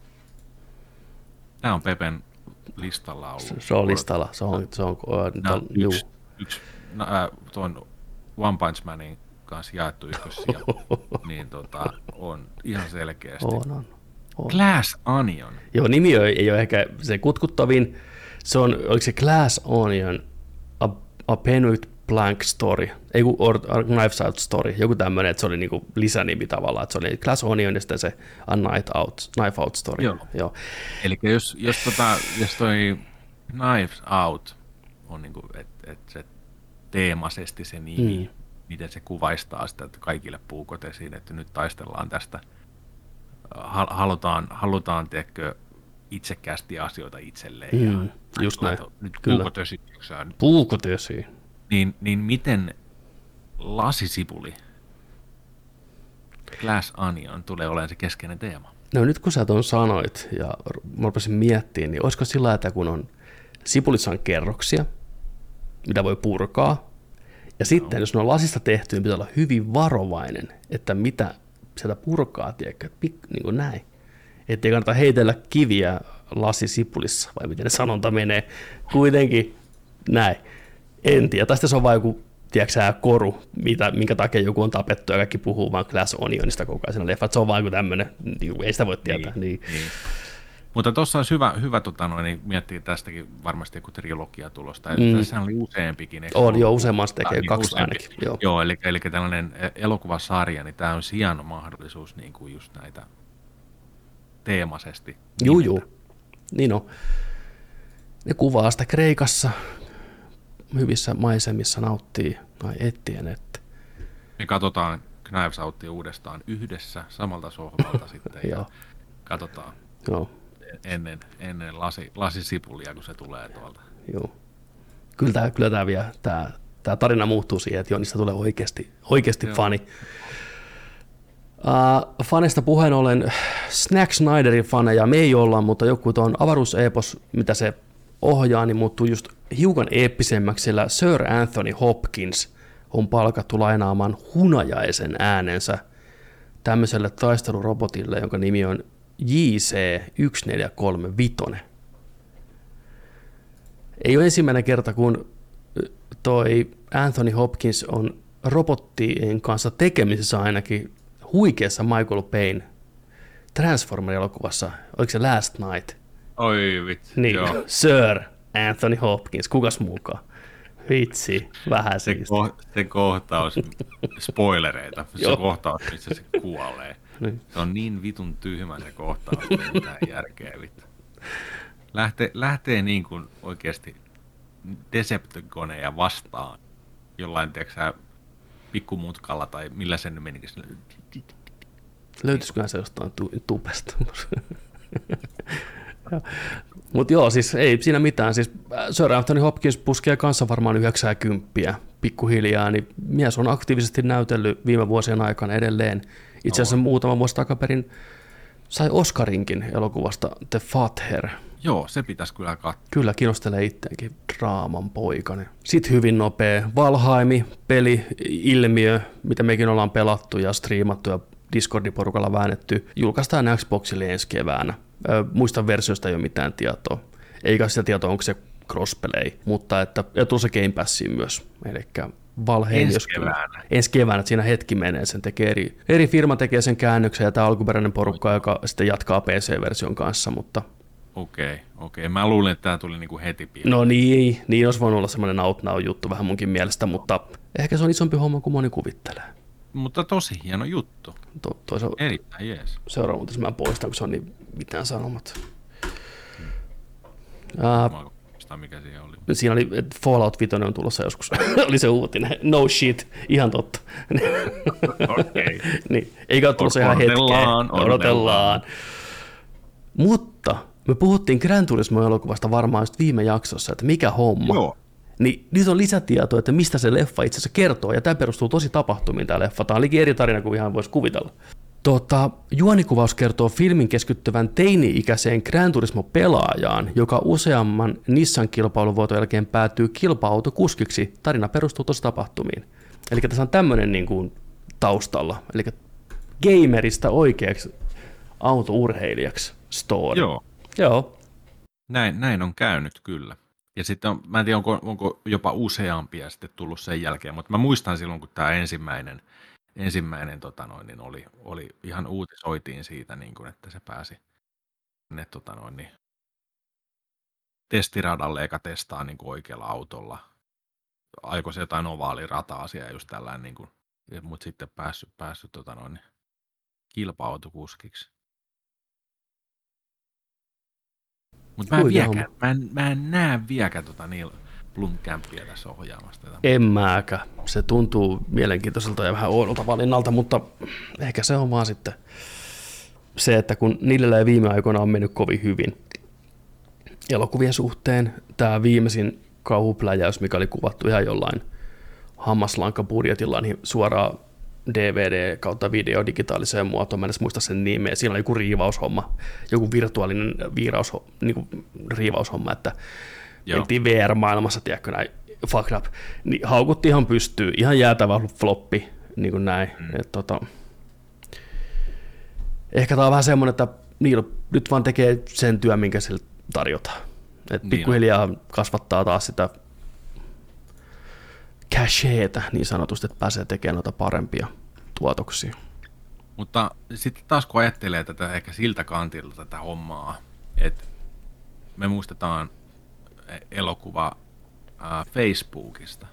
Tämä on Pepen listalla ollut. Se on listalla. Se on yksi tuon One Punch Manin kanssa jaettu ykkössiä, niin on ihan selkeästi. On. Glass Onion. Joo, nimi ei ole ehkä se kutkuttavin. Se on, oliko se Glass Onion, a Benoit Blanc story, or Knives Out story, joku tämmöinen, että se oli niinku lisänimi tavallaan, että se oli Glass Onion ja sitten se A Knife Out story. Joo. Eli jos toi Knives Out on niinku, että se teemaisesti se nimi, miten se kuvaistaa sitä, että kaikille puukotesiin, että nyt taistellaan tästä, halutaan tehdä itsekkäästi asioita itselleen. Just näin. Nyt puukotesiin. Niin miten lasisipuli, Glass Onion, tulee olemaan se keskeinen teema? No nyt kun sä ton sanoit ja mä rupesin miettimään, niin olisiko sillä, että kun on sipulissa on kerroksia, mitä voi purkaa, ja sitten jos ne on lasista tehty, niin pitää olla hyvin varovainen, että mitä sieltä purkaa, tiedätkö, niin kuin näin. Ettei kannata heitellä kiviä lasisipulissa, vai miten ne sanonta menee, kuitenkin näin. En tiedä, tai se on vain joku, tiedätkö koru, minkä takia joku on tapettu ja kaikki puhuu vaan Glass Onionista koko ajan siinä leffat. Se on vain joku tämmöinen, ei sitä voi tietää. Niin. Mutta tuossa olisi hyvä niin miettiä tästäkin varmasti joku trilogia tulosta. Tässä oli useampikin. On jo useammasta tekee 2 ainakin. Joo, eli tällainen elokuvasarja, niin tämä on hieno mahdollisuus niin kuin just näitä teemaisesti. Juu. Niin on. Ne kuvaa sitä Kreikassa hyvissä maisemissa nauttii tai etsien. Että. Me katsotaan Knives Outia uudestaan yhdessä samalta sohvalta sitten ja katsotaan ennen lasisipulia, kun se tulee tuolta. Joo. Kyllä tämä tarina muuttuu siihen, että Jonista tulee oikeasti fani. Fanista puheen ollen Zack Snyderin faneja me ei olla, mutta joku tuon avaruusepos, mitä se ohjaa, niin muuttuu just hiukan eeppisemmäksi, sillä Sir Anthony Hopkins on palkattu lainaamaan hunajaisen äänensä tämmöiselle taistelurobotille, jonka nimi on JC-1435. Ei ole ensimmäinen kerta, kun toi Anthony Hopkins on robottien kanssa tekemisissä ainakin huikeassa Michael Payn Transformer-elokuvassa, oliko se Last Night? Oi vitsi, Niin, joo. Sir Anthony Hopkins, kukas mukaan? Vitsi, vähän siisti. Se kohtaus, spoilereita, se kohtaus, missä se kuolee. Niin. Se on niin vitun tyhmä se kohtaus, että ei mitään järkeä vittu. Lähtee niin kuin oikeasti Decepticoneja vastaan jollain, tiedätkö pikkumutkalla tai millä sen menikin. Löytyisiköhän se jostain tubesta? Mutta joo, siis ei siinä mitään. Siis Sir Anthony Hopkins puskee kanssa varmaan 90 pikkuhiljaa, niin mies on aktiivisesti näytellyt viime vuosien aikana edelleen. Itse asiassa muutama vuosi takaperin sai Oscarinkin elokuvasta The Father. Joo, se pitäisi kyllä katsoa. Kyllä, kiinnostelee itteenkin draaman poikani. Sitten hyvin nopea Valheimi, peli, ilmiö, mitä mekin ollaan pelattu ja striimattu ja Discordi-porukalla väännetty. Julkaistaan Xboxille ensi keväänä. Muista versioista ei ole mitään tietoa. Eikä sitä tietoa, onko se crossplay, mutta että ja tuossa Game Passiin myös. Elikkä Valheim, ensi keväänä, että siinä hetki menee, sen tekee eri firma tekee sen käännöksen ja tämä alkuperäinen porukka, joka sitten jatkaa PC-version kanssa, mutta Okei. Mä luulin, että tämä tuli niinku heti pian. no niin olisi voinut olla semmoinen out now juttu vähän munkin mielestä, mutta ehkä se on isompi homma kuin moni kuvittelee. Mutta tosi hieno juttu. Erittäin jees. Seuraava, mutta mä poistan, kun se on niin mitään sanomat. Mikä siihen oli? Siinä oli, että Fallout 5 on tulossa joskus. Oli se uutinen. No shit, ihan totta. Okei. Niin, eikä ole tulossa ihan hetkeen. Odotellaan. Mutta me puhuttiin Gran Turismo-elokuvasta varmaan just viime jaksossa, että mikä homma. Joo. Niin nyt on lisätietoa, että mistä se leffa itse asiassa kertoo, ja tämä perustuu tosi tapahtumiin tämä leffa. Tämä on liikin eri tarina kuin ihan voisi kuvitella. Juonikuvaus kertoo filmin keskittyvän teini-ikäiseen Gran Turismo-pelaajaan, joka useamman Nissan-kilpailuvuoton jälkeen päätyy kilpa-autokuskiksi. Tarina perustuu tosi tapahtumiin. Eli tässä on tämmöinen niin kuin taustalla, eli gamerista oikeaksi autourheilijaksi story. Joo. Näin on käynyt kyllä. Ja sitten mä en tiedä, onko jopa useampia sitten tullut sen jälkeen, mutta mä muistan silloin, kun tämä ensimmäinen niin oli ihan uutisoitiin siitä, niin kuin, että se pääsi testiradalle eikä testaa niin kuin oikealla autolla. Aiko se jotain ovaalirata-asiaa just tällainen, niin kuin, mutta sitten päässyt kilpa-autokuskiksi. Mutta mä en näe vieläkään Neil Blomkampia tässä ohjaamasta. En mäkä. Se tuntuu mielenkiintoiselta ja vähän oudolta valinnalta, mutta ehkä se on vaan sitten se, että kun niillä ei viime aikoina on mennyt kovin hyvin elokuvien suhteen. Tämä viimeisin kauhupläjäys, mikä oli kuvattu ihan jollain hammaslankabudjetilla, niin suoraan DVD kautta video digitaaliseen muotoon, mä en edes muista sen nimeä, siinä oli joku riivaushomma, joku virtuaalinen riivaushomma, että mentiin VR-maailmassa, tiedätkö näin, fucked up, niin haukuttiin ihan pystyy, ihan jäätävä floppi, niin kuin näin. Ehkä tämä on vähän semmoinen, että niillä nyt vaan tekee sen työn, minkä sille tarjotaan. Et pikkuhiljaa kasvattaa taas sitä casheetä niin sanotusti, että pääsee tekemään noita parempia tuotoksia. Mutta sitten taas kun ajattelee tätä ehkä siltä kantilta tätä hommaa, että me muistetaan elokuva Facebookista.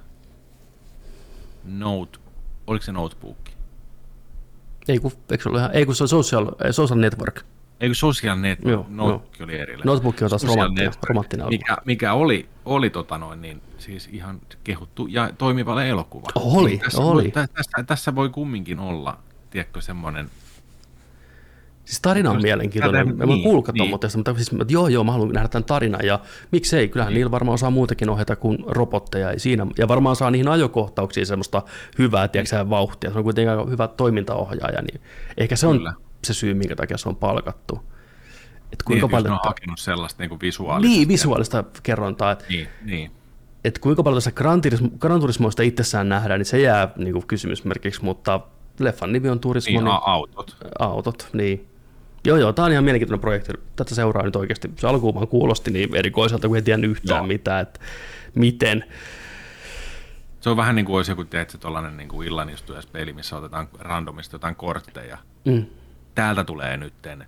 Oliko se Notebook? Eikö se ole social network? Eikö social network? Notebook oli erillinen. Notebook on taas romanttinen elokuva. Mikä oli niin siis ihan kehuttu ja toimiva elokuva. Oli. Tässä voi kumminkin olla, tiedätkö, semmoinen. Siis tarina on mielenkiintoinen. Mä kuullut katsoa, mutta siis, joo, mä haluan nähdä tämän tarinan, ja miksei, kyllähän niillä varmaan osaa muutakin ohjata kuin robotteja ei siinä, ja varmaan saa niihin ajokohtauksiin semmoista hyvää, tiedätkö, vauhtia, se on kuitenkin hyvä toimintaohjaaja, niin ehkä se on se syy, minkä takia se on palkattu. Kuinka paljon on hakenut sellaista niin kuin visuaalista. Niin, visuaalista kerrontaa. Niin. Että kuinka paljon tässä Gran Turismoista itsessään nähdään, niin se jää niin kuin kysymysmerkiksi, mutta leffan nimi on Turismo. Niin, autot, niin. Joo, tämä on ihan mielenkiintoinen projekti. Tätä seuraa nyt oikeasti. Se alkuun vaan kuulosti niin erikoiselta, kun ei tiedä yhtään mitään, että miten. Se on vähän niin kuin olisi joku, teetkö, tuollainen niin kuin illanistujaspeli, missä otetaan randomista jotain kortteja. täältä tulee nytten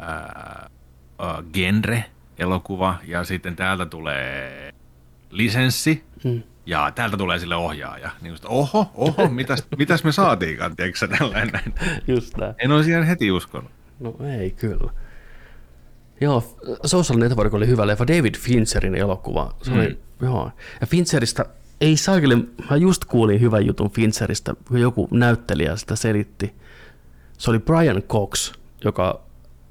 genre-elokuva, ja sitten täältä tulee lisenssi, ja täältä tulee sille ohjaaja. Niin just, oho, mitäs me saatiinkaan, tiedätkö tällainen? Just näin. En olisi ihan heti uskonut. No ei kyllä. Joo, Social Network oli hyvä leffa, David Fincherin elokuva. Se oli, joo. Ja Fincheristä ei saakeli, mä just kuulin hyvän jutun Fincheristä, kun joku näyttelijä sitä selitti. Se oli Brian Cox, joka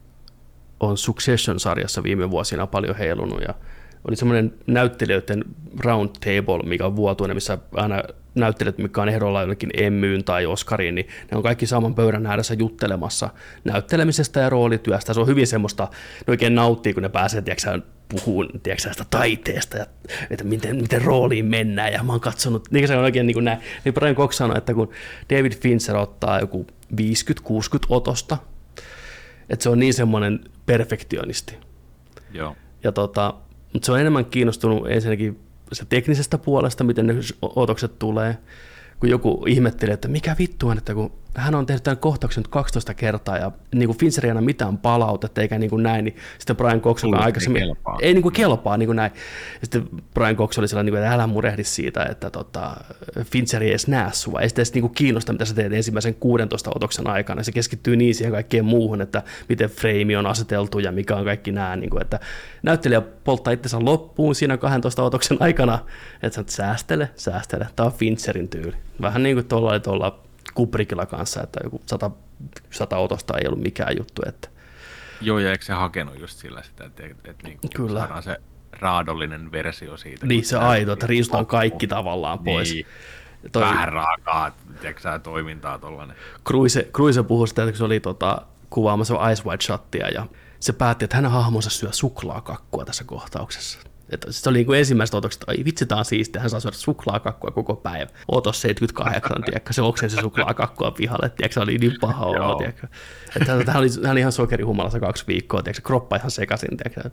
on Succession-sarjassa viime vuosina paljon heilunut ja oli semmoinen näyttelijöiden round table, mikä on vuotuinen, missä aina näyttelijät, mikä on ehdolla jollekin Emmyyn tai Oscariin, niin ne on kaikki saman pöydän ääressä juttelemassa näyttelemisestä ja roolityöstä. Se on hyvin semmoista, ne oikein nauttii, kun ne pääsee puhumaan sitä taiteesta ja että miten rooliin mennään. Ja mä oon katsonut, niin se on oikein niin kuin näin. Niin Brian Cox sanoi, että kun David Fincher ottaa joku 50-60 otosta, että se on niin semmoinen perfektionisti. Joo. Ja mutta se on enemmän kiinnostunut ensinnäkin se teknisestä puolesta, miten ne otokset tulee, kun joku ihmettelee, että mikä vittu on, että kun hän on tehnyt tämän kohtauksen nyt 12 kertaa ja niin kuin Fincher ei anna mitään palautetta eikä niin kuin näin, niin sitten Brian Cox, joka aikaisemmin ei niin kuin kelpaa niin kuin näin. Ja sitten Brian Cox oli sellainen, että älä murehdi siitä, että Fincher ei edes näe sua, ei sitä edes niin kuin kiinnosta, mitä sä teet ensimmäisen 16 otoksen aikana. Se keskittyy niin siihen kaikkeen muuhun, että miten frame on aseteltu ja mikä on kaikki nämä, niin kuin, että näyttelijä polttaa itsensä loppuun siinä 12 otoksen aikana, että sä säästele, tämä on Fincherin tyyli. Vähän niin kuin tuolla Kubrickilla kanssa, että joku 100 otosta ei ollut mikään juttu. Että. Joo, ja eikö se hakenut just sillä sitä, että niin kyllä. Saadaan se raadollinen versio siitä. Niin, se aito, että riisutaan kaikki tavallaan pois. Niin. Vähän raakaa, tiedätkö toimintaa tollainen. Cruise puhui sitä, että se oli kuvaamassa Ice White Shottia, ja se päätti, että hänen hahmonsa syö suklaakakkua tässä kohtauksessa. Että se oli niin kuin ensimmäiset otokset, että ai vitsi, tää on siistiä, hän saa syödä suklaakakkua koko päivä. Otos 78, tiedätkö, se oksensi se suklaakakkua pihalle, tiedätkö, se oli niin paha olo, tiedätkö. Että hän oli ihan sokerihumalassa 2 viikkoa, tiedätkö, kroppa ihan sekaisin, tiedätkö.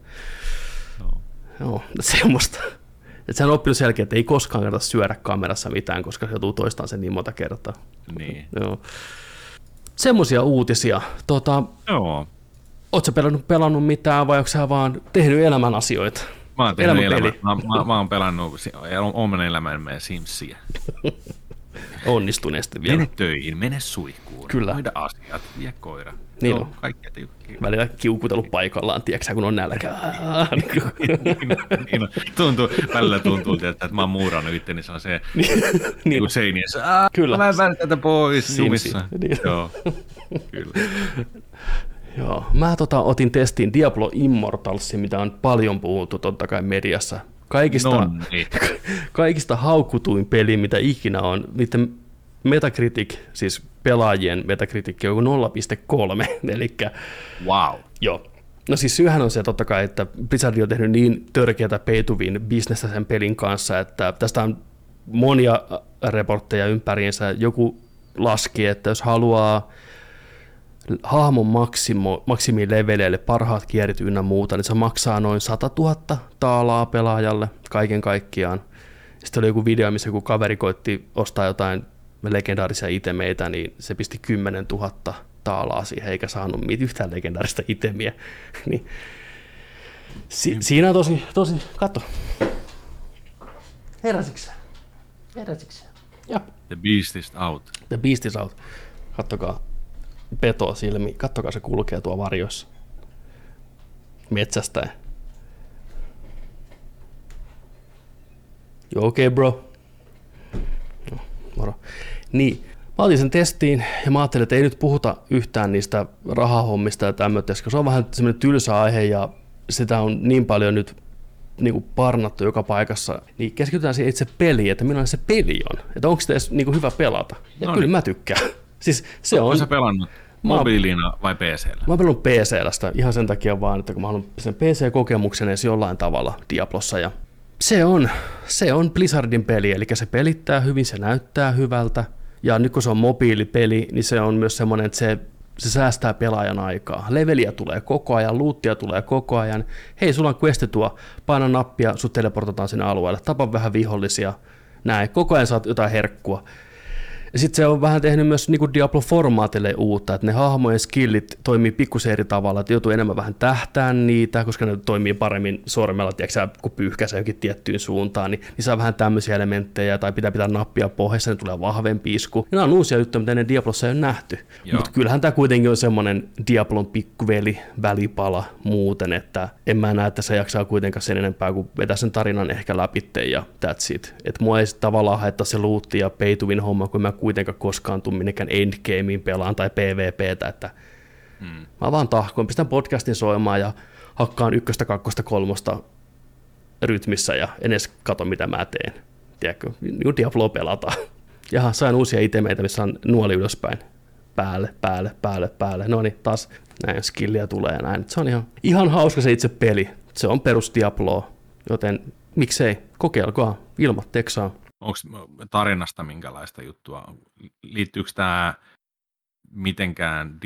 Joo, semmoista. Että sehän on oppinut selkeä, että ei koskaan kannata syödä kamerassa mitään, koska se joutuu toistamaan sen niin monta kertaa. Niin. Joo. Semmoisia uutisia. Joo. Ootko pelannut mitään vai onko sä vaan tehnyt elämän asioita? Mä oon tehnyt mä oon pelannut oman elämän Simsia. Onnistuneesti vielä. Mene töihin, mene suihkuun, kyllä. Hoida asiat, vie koira. Niin on. Kaikkea tiukkia. Välillä kiukutellut paikallaan, tiedätkö kun on nälkä. Välillä tuntuu, että mä oon muurannut itteni sellaiseen niin seiniässä. Kyllä. Mä en välitä tätä pois jumissa. Niin. Joo, kyllä. Joo, mä otin testiin Diablo Immortalsin, mitä on paljon puhuttu totta kai mediassa. Kaikista haukutuin peli, mitä ikinä on. Niiden Metacritic, siis pelaajien Metacritic on 0,3, elikkä wow. Joo. No siis syyhän on se totta kai, että Blizzard on tehnyt niin törkeätä pay-to-win bisnestä sen pelin kanssa, että tästä on monia reportteja ympäriinsä. Joku laski, että jos haluaa hahmon maksimileveleille parhaat kierit ynnä muuta, niin se maksaa noin 100 000 taalaa pelaajalle kaiken kaikkiaan. Sitten oli joku video, missä joku kaveri koitti ostaa jotain legendaarisia itemeitä, niin se pisti 10 000 taalaa siihen, eikä saanut yhtään legendaarista itemiä. Niin. Siinä on tosi, katso. Heräsiksä? Joo. The beast is out. The beast is out. Kattokaa. Petoa silmi. Kattokaa, se kulkee tuo varjossa. Metsästäen. You okay, bro? No, moro. Niin, mä otin sen testiin ja mä ajattelin, että ei nyt puhuta yhtään niistä rahahommista ja tämmöistä, koska se on vähän semmoinen tylsä aihe ja sitä on niin paljon nyt niin kuin parnattu joka paikassa, niin keskitytään siihen itse peliin, että millainen se peli on. Että onko se edes niin kuin hyvä pelata. Ja kyllä mä tykkään. Siis se on. Oletko sä pelannut mobiilina vai PC:llä? Mä oon pelannut PC:llä sitä ihan sen takia vaan, että kun mä haluan sen PC-kokemuksen edes jollain tavalla Diablossa. Ja se on Blizzardin peli, eli se pelittää hyvin, se näyttää hyvältä. Ja nyt kun se on mobiilipeli, niin se on myös semmoinen, että se säästää pelaajan aikaa. Leveliä tulee koko ajan, loottia tulee koko ajan. Hei, sulla on questi tuo, paina nappia, sut teleportataan sinne alueelle, tapa vähän vihollisia, näin. Koko ajan saat jotain herkkua. Ja sitten se on vähän tehnyt myös niin kuin Diablo-formaatille uutta, että ne hahmojen skillit toimii pikkusen eri tavalla, että joutuu enemmän vähän tähtään niitä, koska ne toimii paremmin sormella, tiedätkö, kun pyyhkäisee johonkin tiettyyn suuntaan, niin saa vähän tämmöisiä elementtejä, tai pitää nappia pohjassa, niin tulee vahvempi isku. Ja nämä on uusia juttuja, mitä ennen Diablossa ei ole nähty. Mutta kyllähän tämä kuitenkin on semmoinen Diablon pikkuveli, välipala muuten, että en mä näe, että se jaksaa kuitenkaan sen enempää kuin vetää sen tarinan ehkä läpitte ja that's it. Että mua ei tavallaan haittaa se lootti ja pay to win homma, kun mä kuitenkaan koskaan tuu minnekään endgameen pelaan tai PvPtä, että mä vaan tahkoin, pistän podcastin soimaan ja hakkaan 1, 2, 3 rytmissä ja en edes katso mitä mä teen. Tiedätkö, niin kuin Diabloa pelataan. Jaha, sain uusia itemeitä, missä on nuoli ylöspäin. Päälle. No niin, taas näin skilliä tulee ja näin. Se on ihan hauska se itse peli. Se on perus Diabloa, joten miksei, kokeilkaa, ilmatteeksi. Onko tarinasta minkälaista juttua? Liittyykö tämä mitenkään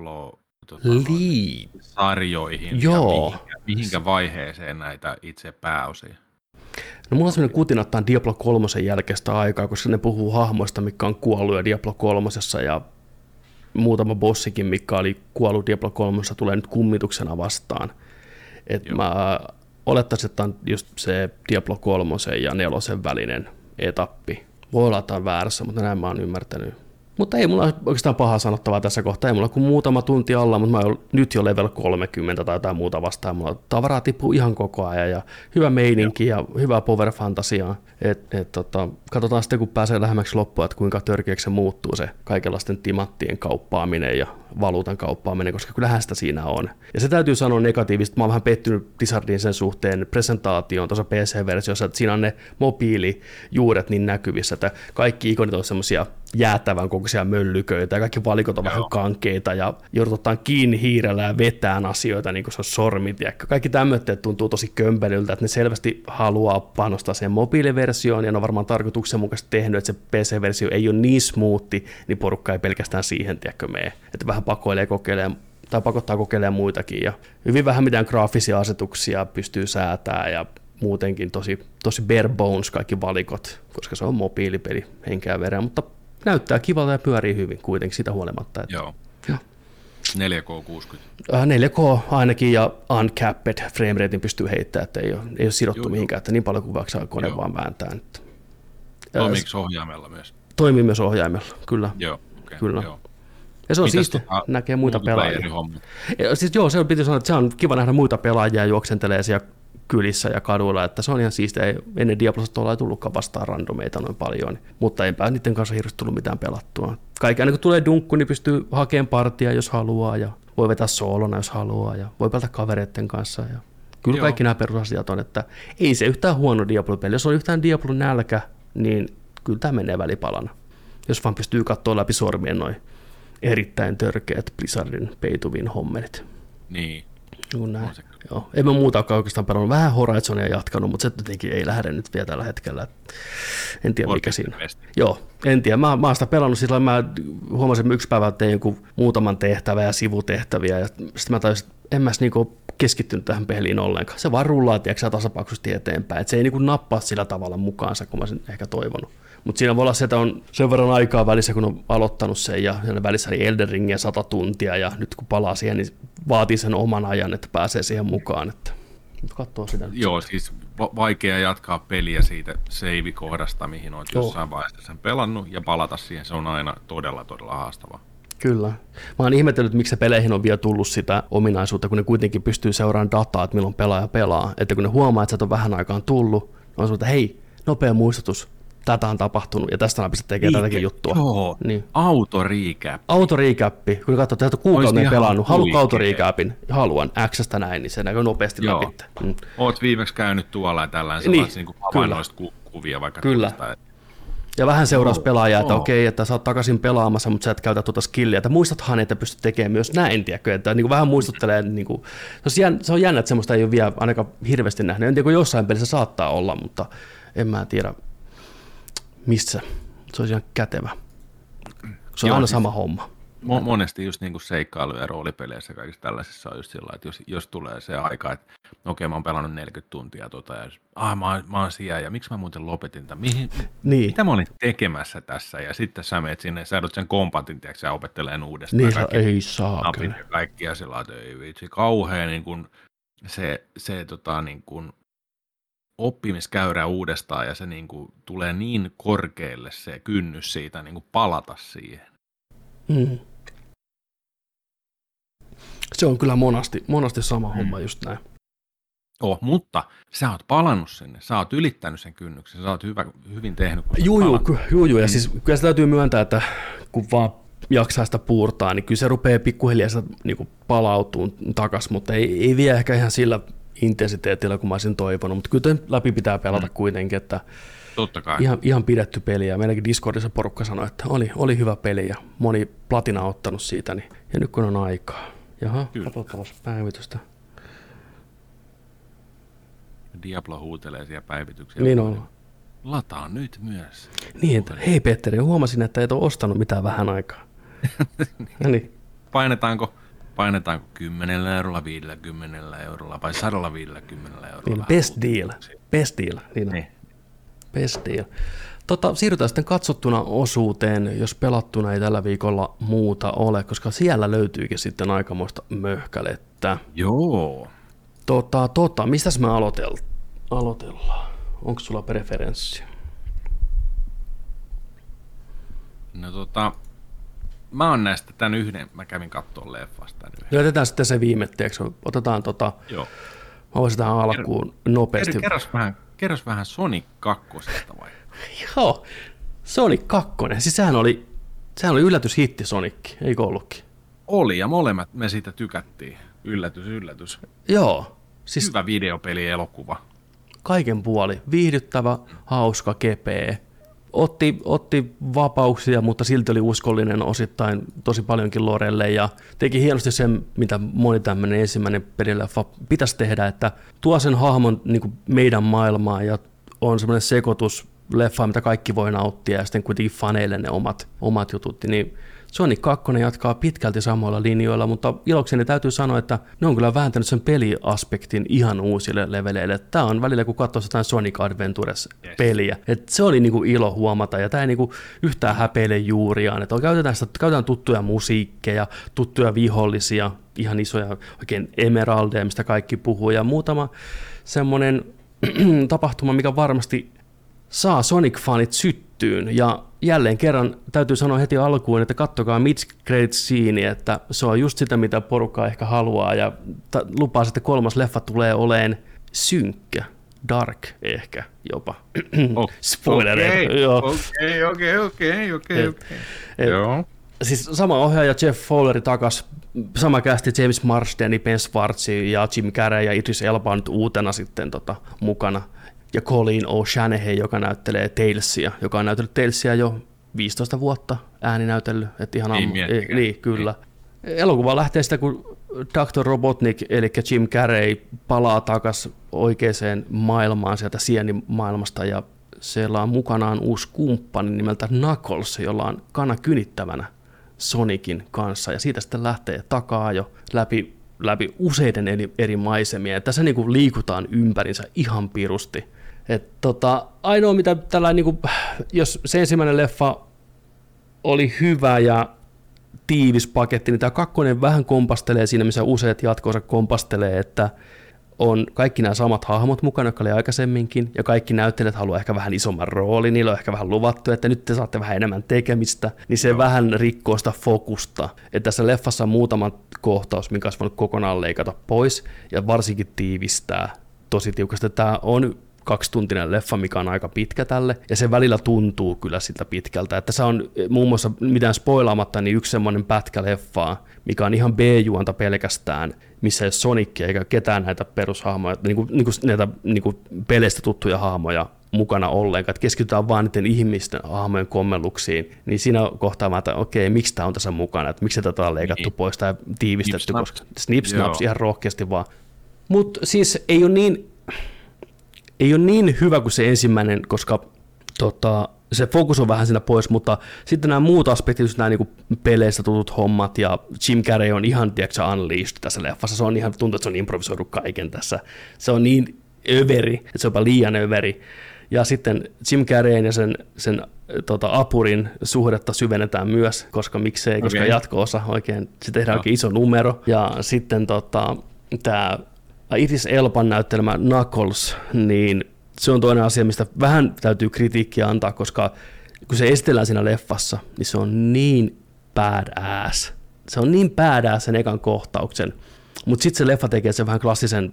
Diablo-sarjoihin? Joo. Ja mihinkä vaiheeseen näitä itse pääosia? No mulla on sellainen kutina, että on Diablo 3 jälkeistä aikaa, koska ne puhuu hahmoista, mikä on kuollut jo Diablo 3 ja muutama bossikin, mikä oli kuollut Diablo 3, tulee nyt kummituksena vastaan. Mä olettaisin, että on just se Diablo 3 ja 4 välinen etappi. Voi olla, että on väärässä, mutta näin mä oon ymmärtänyt. Mutta ei mulla oikeastaan pahaa sanottavaa tässä kohtaa. Ei mulla kuin muutama tunti alla, mutta mä oon nyt jo level 30 tai jotain muuta vastaan. Mulla tavaraa tippuu ihan koko ajan ja hyvä meininki ja hyvää power fantasiaa. Katsotaan sitten, kun pääsee lähemmäksi loppua, että kuinka törkeäksi se muuttuu se kaikenlaisten timattien kauppaaminen ja valuutan kauppaaminen, koska kyllähän sitä siinä on. Ja se täytyy sanoa negatiivisesti. Mä oon vähän pettynyt Blizzardin sen suhteen presentaatioon tuossa PC-versiossa, että siinä on ne mobiilijuuret niin näkyvissä, että kaikki ikonit on semmoisia jäätävän kokoisia möllyköitä ja kaikki valikot on vähän kankeita ja joudut ottaa kiinni hiirellä ja vetään asioita niin kuin se on sormit. Ja kaikki tämmöitteet tuntuu tosi kömpelyltä, että ne selvästi haluaa panostaa siihen mobiiliversioon ja ne on varmaan tarkoituksenmukaisesti tehnyt, että se PC-versio ei ole niin smoothi, niin porukka ei pelkästään siihen mene. Että vähän pakottaa kokeilemaan muitakin ja hyvin vähän mitään graafisia asetuksia pystyy säätämään ja muutenkin tosi bare bones kaikki valikot, koska se on mobiilipeli henkeä verran, mutta näyttää kivalta ja pyörii hyvin kuitenkin sitä huolimatta. Että, joo. 4K 60. 4K ainakin ja uncapped frame ratein pystyy heittämään, että ei ole sidottu mihinkään, että niin paljon kuin vaikka kone vaan vääntää. Toimiiko ohjaimella myös? Toimii myös ohjaimella, kyllä. Joo, okay, kyllä. Joo. Ja se on siisti, näkee muita pelaajia. Se piti sanoa, että se on kiva nähdä muita pelaajia juoksentelee siellä kylissä ja kaduilla, että se on ihan siistiä. Ennen Diablosta tuolla ei tullutkaan vastaan randomeita noin paljon, mutta eipä niiden kanssa hirveästi tullut mitään pelattua. Kaikki aina kun tulee dunkku, niin pystyy hakemaan partia, jos haluaa, ja voi vetää soolona, jos haluaa, ja voi pelata kavereiden kanssa. Ja kyllä kaikki nämä perusasiat on, että ei se yhtään huono Diablo-peli. Jos on yhtään Diablon nälkä, niin kyllä tämä menee välipalana. Jos vaan pystyy katsoa läpi sormien noin erittäin törkeät Blizzardin pay to win hommelit. Niin. Joo. En mä muutakaan oikeastaan pelannut. Vähän Horizonia jatkanut, mutta se jotenkin ei lähde nyt vielä tällä hetkellä. En tiedä mikä siinä. Joo, en tiedä. Mä oon sitä pelannut, sillä mä huomasin, että yksi päivä tein jonkun muutaman tehtävää ja sivutehtäviä, ja sitten mä tajusin, että en mä niinku keskittynyt tähän peliin ollenkaan. Se vaan rullaa, tiedätkö, tasapaksusti eteenpäin. Et se ei niinku nappaa sillä tavalla mukaansa, kun mä sen ehkä toivonut. Mutta siinä voi olla se, että on sen verran aikaa välissä, kun on aloittanut sen, ja välissä oli Elden Ringiä 100 tuntia, ja nyt kun palaa siihen, niin vaatii sen oman ajan, että pääsee siihen mukaan. Että katsoo sitä. Joo, siis vaikea jatkaa peliä siitä save-kohdasta, mihin olet jossain vaiheessa sen pelannut, ja palata siihen, se on aina todella haastavaa. Kyllä. Mä oon ihmetellyt, miksi se peleihin on vielä tullut sitä ominaisuutta, kun ne kuitenkin pystyy seuraamaan dataa, että milloin pelaaja pelaa. Että kun ne huomaa, että sä et ole vähän aikaan tullut, on että hei, nopea muistutus. Tätä on tapahtunut, ja tästä pistät tekemään tätäkin juttua. Joo, niin. Auto-recap. Auto-recap, kun katsot, että kuukauden pelannut, haluatko auto-recapin? Haluan, X:stä näin, niin se näkyy nopeasti läpi. Oot viimeksi käynyt tuolla ja tällainen, niin, sä niin havainnoista kuvia vaikka. Kyllä. Ja vähän seuraus pelaajaa, että okei, että sä oot takaisin pelaamassa, mutta sä et käytä tuota skilliä, että muistathan, että pystyt tekemään myös näin, tiedätkö, että niin kuin vähän muistuttelee, niin kuin, se on jännä, että semmoista ei ole vielä ainakaan hirveästi nähnyt. En tiedä, kun jossain pelissä saattaa olla, mutta en mä tiedä. Missä? Se olisi ihan kätevä. Se on aina sama homma. monesti just niin kuin seikkailu- ja roolipeleissä ja kaikissa tällaisissa on just sillä, että jos tulee se aika, että okei, mä oon pelannut 40 tuntia ja mä oon siellä ja miksi mä muuten lopetin tämän, mitä mä olin tekemässä tässä ja sitten sä menet sinne, sä joudut sen kompatin, tiedätkö, ja opetteleen uudestaan. Niin, ei saa kyllä. Kaikkia sillä, että ei vitsi, kauhean niin kuin se niin kuin oppimiskäyrä uudestaan ja se niin kuin tulee niin korkealle se kynnys siitä niin kuin palata siihen. Mm. Se on kyllä monasti sama homma just näin. Mutta sä oot palannut sinne, sä oot ylittänyt sen kynnyksen, sä oot hyvin tehnyt. Juu, ja siis kyllä se täytyy myöntää, että kun vaan jaksaa sitä puurtaa, niin kyllä se rupeaa pikkuhiljaa niin palautumaan takaisin, mutta ei vie ehkä ihan sillä intensiteetillä, kun mä olisin toivonut, mutta kyllä läpi pitää pelata kuitenkin, että totta kai. Ihan pidetty peli, ja meidänkin Discordissa porukka sanoi, että oli hyvä peli, ja moni platina on ottanut siitä, niin, ja nyt kun on aikaa. Jaha, katsotaan päivitystä. Diablo huutelee siellä päivityksiä. Niin on. Lataa nyt myös. Niin, että hei Petteri, huomasin, että et ole ostanut mitään vähän aikaa. Niin. Painetaanko 10 eurolla, 50 eurolla vai 150 eurolla? Niin, best deal. Niin. Best deal. Siirrytään sitten katsottuna osuuteen, jos pelattuna ei tällä viikolla muuta ole, koska siellä löytyykin sitten aikamoista möhkälettä. Joo. Mistäs me aloitellaan? Onko sulla preferenssiä? No mä oon näistä tän yhden, mä kävin katsomaan leffasta tän yhden. Jätetään sitten se viime, otetaan Joo. Mä voisin tähän alkuun nopeasti. Kerros vähän Sonic 2 vai? Joo, Sonic 2. Siis sehän oli yllätyshitti Sonic, eikö ollutkin? Oli, ja molemmat me siitä tykättiin. Yllätys. Joo. Siis hyvä videopeli-elokuva. Kaiken puoli. Viihdyttävä, hauska, kepeä. Otti vapauksia, mutta silti oli uskollinen osittain tosi paljonkin Lorelle ja teki hienosti sen, mitä moni tämmöinen ensimmäinen pelileffa pitäisi tehdä, että tuo sen hahmon niin kuin meidän maailmaan ja on semmoinen sekoitus leffa, mitä kaikki voi nauttia ja sitten kuitenkin faneille ne omat jutut, niin Sonic 2 jatkaa pitkälti samoilla linjoilla, mutta ilokseni täytyy sanoa, että ne on kyllä vääntänyt sen peliaspektin ihan uusille leveleille. Tämä on välillä, kun katsoo jotain Sonic Adventures-peliä. Et se oli niinku ilo huomata, ja tämä ei niinku yhtään häpeile juuriaan. Et käytetään tuttuja musiikkeja, tuttuja vihollisia, ihan isoja oikein emeraldeja, mistä kaikki puhuu, ja muutama semmoinen tapahtuma, mikä varmasti saa Sonic-fanit syttyyn, ja jälleen kerran täytyy sanoa heti alkuun, että kattokaa mid-credits-siini, että se on just sitä, mitä porukka ehkä haluaa, ja lupaa, että kolmas leffa tulee oleen synkkä, dark ehkä jopa. Spoilereita. Okei. Joo. Siis sama ohjaaja Jeff Fowleri takas, sama kästi James Marsden, Ben Schwartz ja Jim Carrey ja Idris Elba on nyt uutena sitten mukana. Ja Colin O'Shanahan, joka näyttelee Talesia, joka on näytellyt Talesia jo 15 vuotta ääninäytellyt, että ihan niin, kyllä. Elokuva lähtee sitä, kun Dr. Robotnik, eli Jim Carrey, palaa takaisin oikeaan maailmaan sieltä sienimaailmasta, ja siellä on mukanaan uusi kumppani nimeltä Knuckles, jolla on kana kynittävänä Sonicin kanssa, ja siitä sitten lähtee takaa jo läpi useiden eri maisemia, että tässä niinku liikutaan ympärinsä ihan pirusti. Ainoa mitä tällainen, niinku, jos se ensimmäinen leffa oli hyvä ja tiivis paketti, niin tämä kakkonen vähän kompastelee siinä, missä useat jatkoonsa kompastelee, että on kaikki nämä samat hahmot mukana, jotka oli aikaisemminkin, ja kaikki näyttelijät haluaa ehkä vähän isomman roolin, niillä on ehkä vähän luvattu, että nyt te saatte vähän enemmän tekemistä, niin se vähän rikkoo sitä fokusta. Että tässä leffassa on muutama kohtaus, minkä olisi voinut kokonaan leikata pois, ja varsinkin tiivistää tosi tiukasti. Tämä on 2-tuntinen leffa, mikä on aika pitkä tälle, ja se välillä tuntuu kyllä siltä pitkältä, että se on muun muassa mitään spoilaamatta, niin yksi semmoinen pätkä leffaa, mikä on ihan B-juonta pelkästään, missä ei ole Sonicia eikä ketään näitä perushahmoja, näitä peleistä tuttuja hahmoja mukana ollenkaan, että keskitytään vaan niiden ihmisten hahmojen kommelluksiin, niin siinä kohtaa mä, että okei, miksi tämä on tässä mukana, että miksi tätä on leikattu pois tai tiivistetty, koska snip-snaps ihan rohkeasti vaan. Mutta siis ei ole niin hyvä kuin se ensimmäinen, koska se fokus on vähän siinä pois, mutta sitten nämä muut aspektit, nämä niin peleistä tutut hommat, ja Jim Carrey on ihan, tiedätkö, unleashed tässä leffassa, se on ihan, tuntuu, että se on improvisoidu kaiken tässä, se on niin överi, että se on jopa liian överi, ja sitten Jim Carreyn ja sen apurin suhdetta syvennetään myös, koska miksei, koska jatko-osa oikein, se tehdään oikein iso numero, ja sitten tämä Idris Elban näyttelemä Knuckles, niin se on toinen asia, mistä vähän täytyy kritiikkiä antaa, koska kun se esitellään siinä leffassa, niin se on niin badass. Se on niin badass sen ekan kohtauksen, mutta sitten se leffa tekee sen vähän klassisen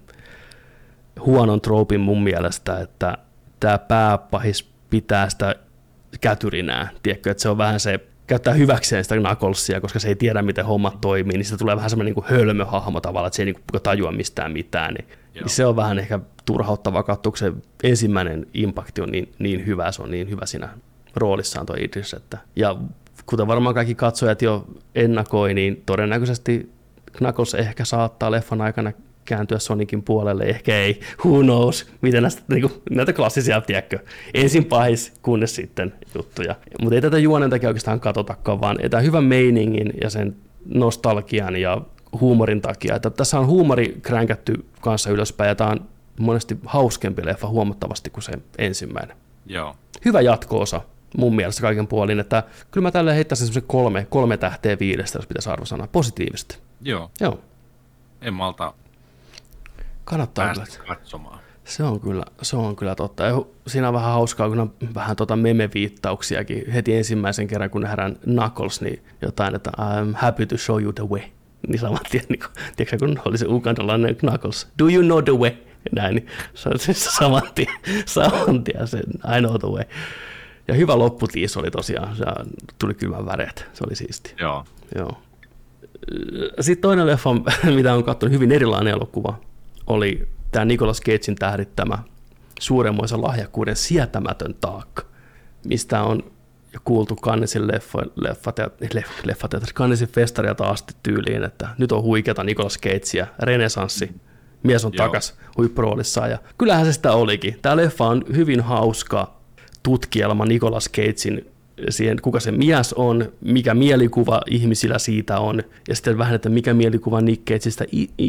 huonon troopin mun mielestä, että tämä pääpahis pitää sitä kätyrinää, tiedätkö, että se on vähän se, käyttää hyväkseen sitä Knucklesia, koska se ei tiedä, miten hommat toimii, niin se tulee vähän semmoinen niin hölmöhahmo tavalla, että se ei niin tajua mistään mitään, niin se on vähän ehkä turhauttavaa katsoa, kun se ensimmäinen impakti on niin hyvä, se on niin hyvä siinä roolissaan tuo Idris, ja kuten varmaan kaikki katsojat jo ennakoi, niin todennäköisesti Knuckles ehkä saattaa leffan aikana kääntyä Sonicin puolelle, ehkä ei, who knows, miten näitä klassisia, tiedätkö, ensin pahis, kunnes sitten juttuja. Mutta ei tätä juonen takia oikeastaan katsotakaan, vaan tämä hyvän meiningin ja sen nostalgian ja huumorin takia, että tässä on huumori kränkätty kanssa ylöspäin, ja tämä on monesti hauskempi leffa huomattavasti kuin se ensimmäinen. Joo. Hyvä jatko-osa mun mielestä kaiken puolin, että kyllä mä tälle heittäisin semmoisen 3 tähteä 5, jos pitäisi arvosanoa positiivisesti. Joo. En malta kannattaa päästä katsomaan. Se on kyllä totta. Ja siinä on vähän hauskaa, kun on vähän meme-viittauksiakin. Heti ensimmäisen kerran, kun nähdään Knuckles, niin jotain, että I'm happy to show you the way. Niin saman tien, niin tiedätkö, kun oli se ugandalainen Knuckles, do you know the way? Näin, niin se on siis saman tien se I know the way. Ja hyvä lopputiis oli tosiaan, se tuli kylmän väreet, se oli siisti. Joo. Sitten toinen leffa, mitä on katsonut, hyvin erilainen elokuva, oli tämä Nicolas Cagein tähdittämä Suuremmoisen lahjakkuuden sietämätön taakka, mistä on kuultu Cannesin Cannesin festarilta asti tyyliin, että nyt on huikeata Nicolas Cagea, renesanssi, mies on takas huippuroolissaan, ja kyllähän se sitä olikin. Tämä leffa on hyvin hauska tutkielma Nicolas Cagein siihen, kuka se mies on, mikä mielikuva ihmisillä siitä on, ja sitten vähän, että mikä mielikuva Nick Cageista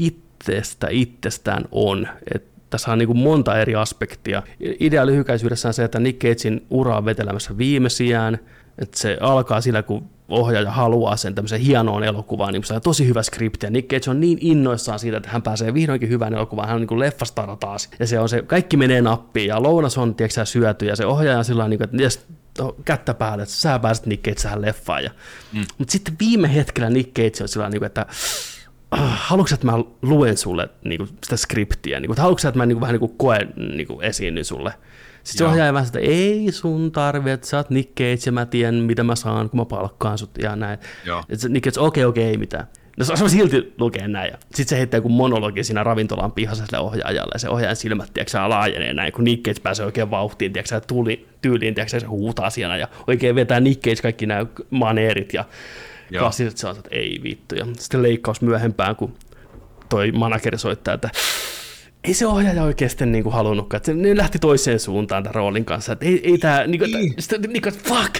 itsestään on. Tässä on niin kuin monta eri aspektia. Idea lyhykäisyydessään se, että Nick Cagein ura on vetelemässä viimeisiään, että se alkaa sillä, kun ohjaaja haluaa sen tämmöisen hienoon elokuvaan, niin se on tosi hyvä skripti, ja Nick Cage on niin innoissaan siitä, että hän pääsee vihdoinkin hyvään elokuvaan, hän on niin kuin leffastara taas, ja se on se, kaikki menee nappiin, ja lounas on, tiedätkö, syöty, ja se ohjaaja on sillä tavalla, että kättä päälle, että sä pääset Nick Cage tähän leffaan, mutta sitten viime hetkellä Nick Cage on sillä tavalla, että haluatko, että mä luen sulle niin sitä skriptiä, niin haluatko, että mä niin vähän niin koen niin esiinnyn sulle. Sitten se ohjaaja vähän sitä, että ei sun tarvitse, että sä oot Nick Cage ja mä tiedän, mitä mä saan, kun mä palkkaan sut ja näin. Että Nick Cage, okei, ei mitään. No se on silti lukee näin. Sitten se heittää joku monologi siinä ravintolan pihassa sille ohjaajalle, ja se ohjaajan silmät, tiedätkö, laajenee näin, kun Nick Cage pääsee oikein vauhtiin, tiedätkö, tyyliin, tiedätkö, se huutaa siinä, ja oikein vetää Nick Cage kaikki nämä maneerit, ja klassiset se on, että ei vittu. Ja sitten leikkaus myöhempään, kun toi manageri soittaa, että ei se ohjaaja oikeasti niin kuin halunnutkaan, että ne lähti toiseen suuntaan tämän roolin kanssa, että ei tämä, niin kuin,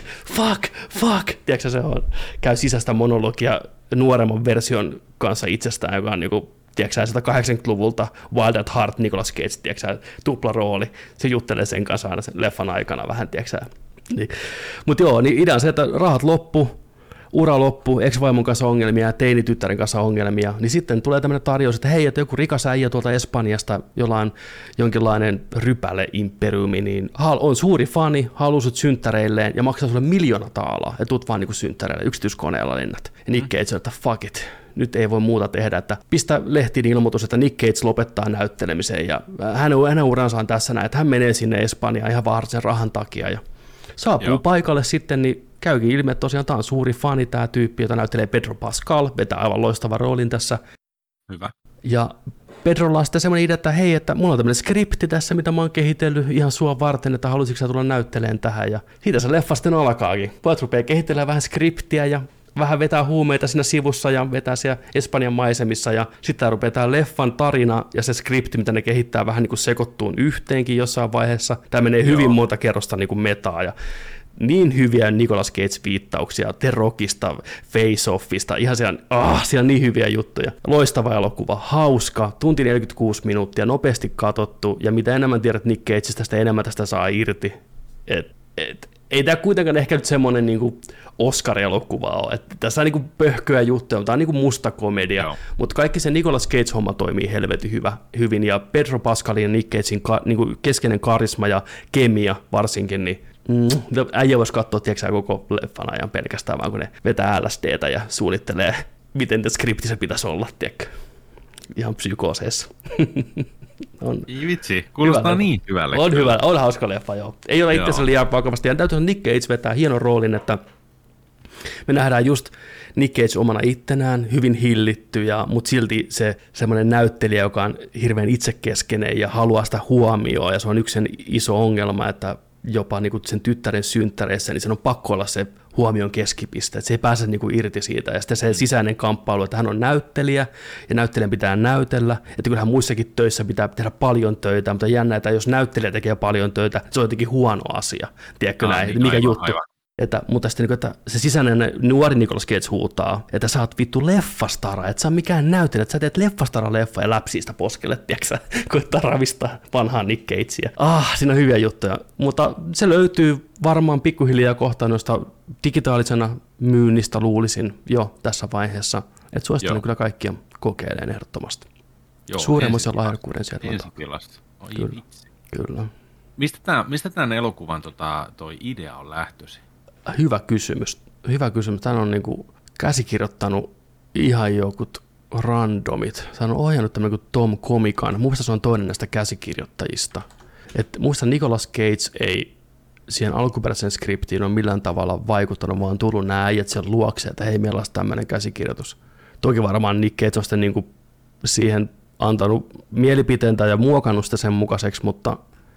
fuck, tiedätkö, se on, käy sisäistä monologia nuoremman version kanssa itsestään, joka on niin kuin, tiedätkö, 180-luvulta Wild at Heart, Nicolas Cage, tiedätkö, tuplarooli, se juttelee sen kanssa aina sen leffan aikana vähän, tiedätkö. Niin. Mutta joo, niin idea on se, että rahat loppu, ura loppu, ex-vaimon kanssa ongelmia ja teinityttären kanssa ongelmia, niin sitten tulee tämmöinen tarjous, että hei, että joku rikas äijä tuolta Espanjasta, jolla on jonkinlainen rypäle-imperiumi, niin on suuri fani, haluaa sut synttäreilleen ja maksaa sulle 1 000 000 taalaa, ja tuut vaan niinku synttäreille, yksityiskoneella lennät. Ja Nick Cage on, että fuck it, nyt ei voi muuta tehdä, että pistä lehtiin ilmoitus, että Nick Cage lopettaa näyttelemisen, ja hänen uransa on tässä näin, että hän menee sinne Espanjaan ihan vaan sen rahan takia, ja saapuu paikalle sitten, niin käykin ilmi, että tosiaan tämä on suuri fani, tämä tyyppi, jota näyttelee Pedro Pascal, vetää aivan loistavan roolin tässä. Hyvä. Ja Pedrolla on sitten semmoinen idea, että hei, että mulla on tämmöinen skripti tässä, mitä mä oon kehitellyt ihan sua varten, että halusitko sä tulla näyttelemään tähän, ja siitä se leffa sitten alkaakin. Pojat rupeaa kehittelemään vähän skriptiä, ja vähän vetää huumeita siinä sivussa ja vetää siellä Espanjan maisemissa ja sitten rupeaa tämä leffan tarina ja se skripti, mitä ne kehittää vähän niin kuin sekoittuun yhteenkin jossain vaiheessa. Tämä menee hyvin monta kerrosta niin kuin metaa ja niin hyviä Nicolas Cage-viittauksia The Rockista, Face Offista, ihan siellä on niin hyviä juttuja. Loistava elokuva, hauska, tunti 46 minuuttia, nopeasti katsottu, ja mitä enemmän tiedät Nick Cageista, sitä enemmän tästä saa irti. Ei tämä kuitenkaan ehkä nyt semmoinen niinku Oscar-elokuva ole, että tässä on niinku pöhköä juttuja, tämä on niinku musta komedia, mutta kaikki se Nicolas Cage-homma toimii helvetin hyvin, ja Pedro Pascalin ja Nick Cagein niinku keskeinen karisma ja kemia varsinkin, niin äijä voisi katsoa, tiedätkö, koko leffan ajan pelkästään, vaan kun ne vetää LSDtä ja suunnittelee, miten tässä skriptissä pitäisi olla, tiedätkö, ihan psykooseissa. Ei vitsi, kuulostaa hyvä niin hyvälle. On hyvä, on hauska leffa, joo. Ei ole itsensä liian vakavasti, ja täytyy Nick Cage vetää hienon roolin, että me nähdään just Nick Cage omana ittenään, hyvin hillitty, mutta silti se semmoinen näyttelijä, joka on hirveän itsekeskeinen ja haluaa sitä huomioon, ja se on yksi sen iso ongelma, että jopa niin kuin sen tyttären synttäreissä, niin sen on pakko olla se huomion keskipiste, että se ei pääse niin kuin irti siitä. Ja sitten se sisäinen kamppailu, että hän on näyttelijä, ja näyttelijän pitää näytellä, että kyllähän muissakin töissä pitää tehdä paljon töitä, mutta jännä, että jos näyttelijä tekee paljon töitä, se on jotenkin huono asia. Tiedätkö näin, niin, mikä juttu? Mutta sitten, että se sisäinen nuori Nicolas Cage huutaa, että sä oot vittu leffastara, että sä oot mikään näyttelijä, että sä teet leffastara-leffa ja läpsii sitä poskelle, tiedätkö koittaa ravistaa vanhaa Nick Cagea. Siinä on hyviä juttuja, mutta se löytyy varmaan pikkuhiljaa kohtaan noista digitaalisena myynnistä luulisin jo tässä vaiheessa, että suosittelen kyllä kaikkia kokeilemaan ehdottomasti. Suuremmoisen lahjakkuuden sieltä. Kyllä. Mistä tämän elokuvan toi idea on lähtöisin? Hyvä kysymys. Tän on niinku käsikirjoittanut ihan jokut randomit. Tän on ohjannut tämmöinen kuin Tom Comican. Muista se on toinen näistä käsikirjoittajista. Muista Nicolas Cage ei siihen alkuperäiseen skriptiin ole millään tavalla vaikuttanut, vaan tullut nämä äijät sen luokse, että hei, meillä olisi tämmöinen käsikirjoitus. Toki varmaan Nick Cage on sitten niinku siihen antanut mielipiteentä ja muokannut sitä sen mukaiseksi, mutta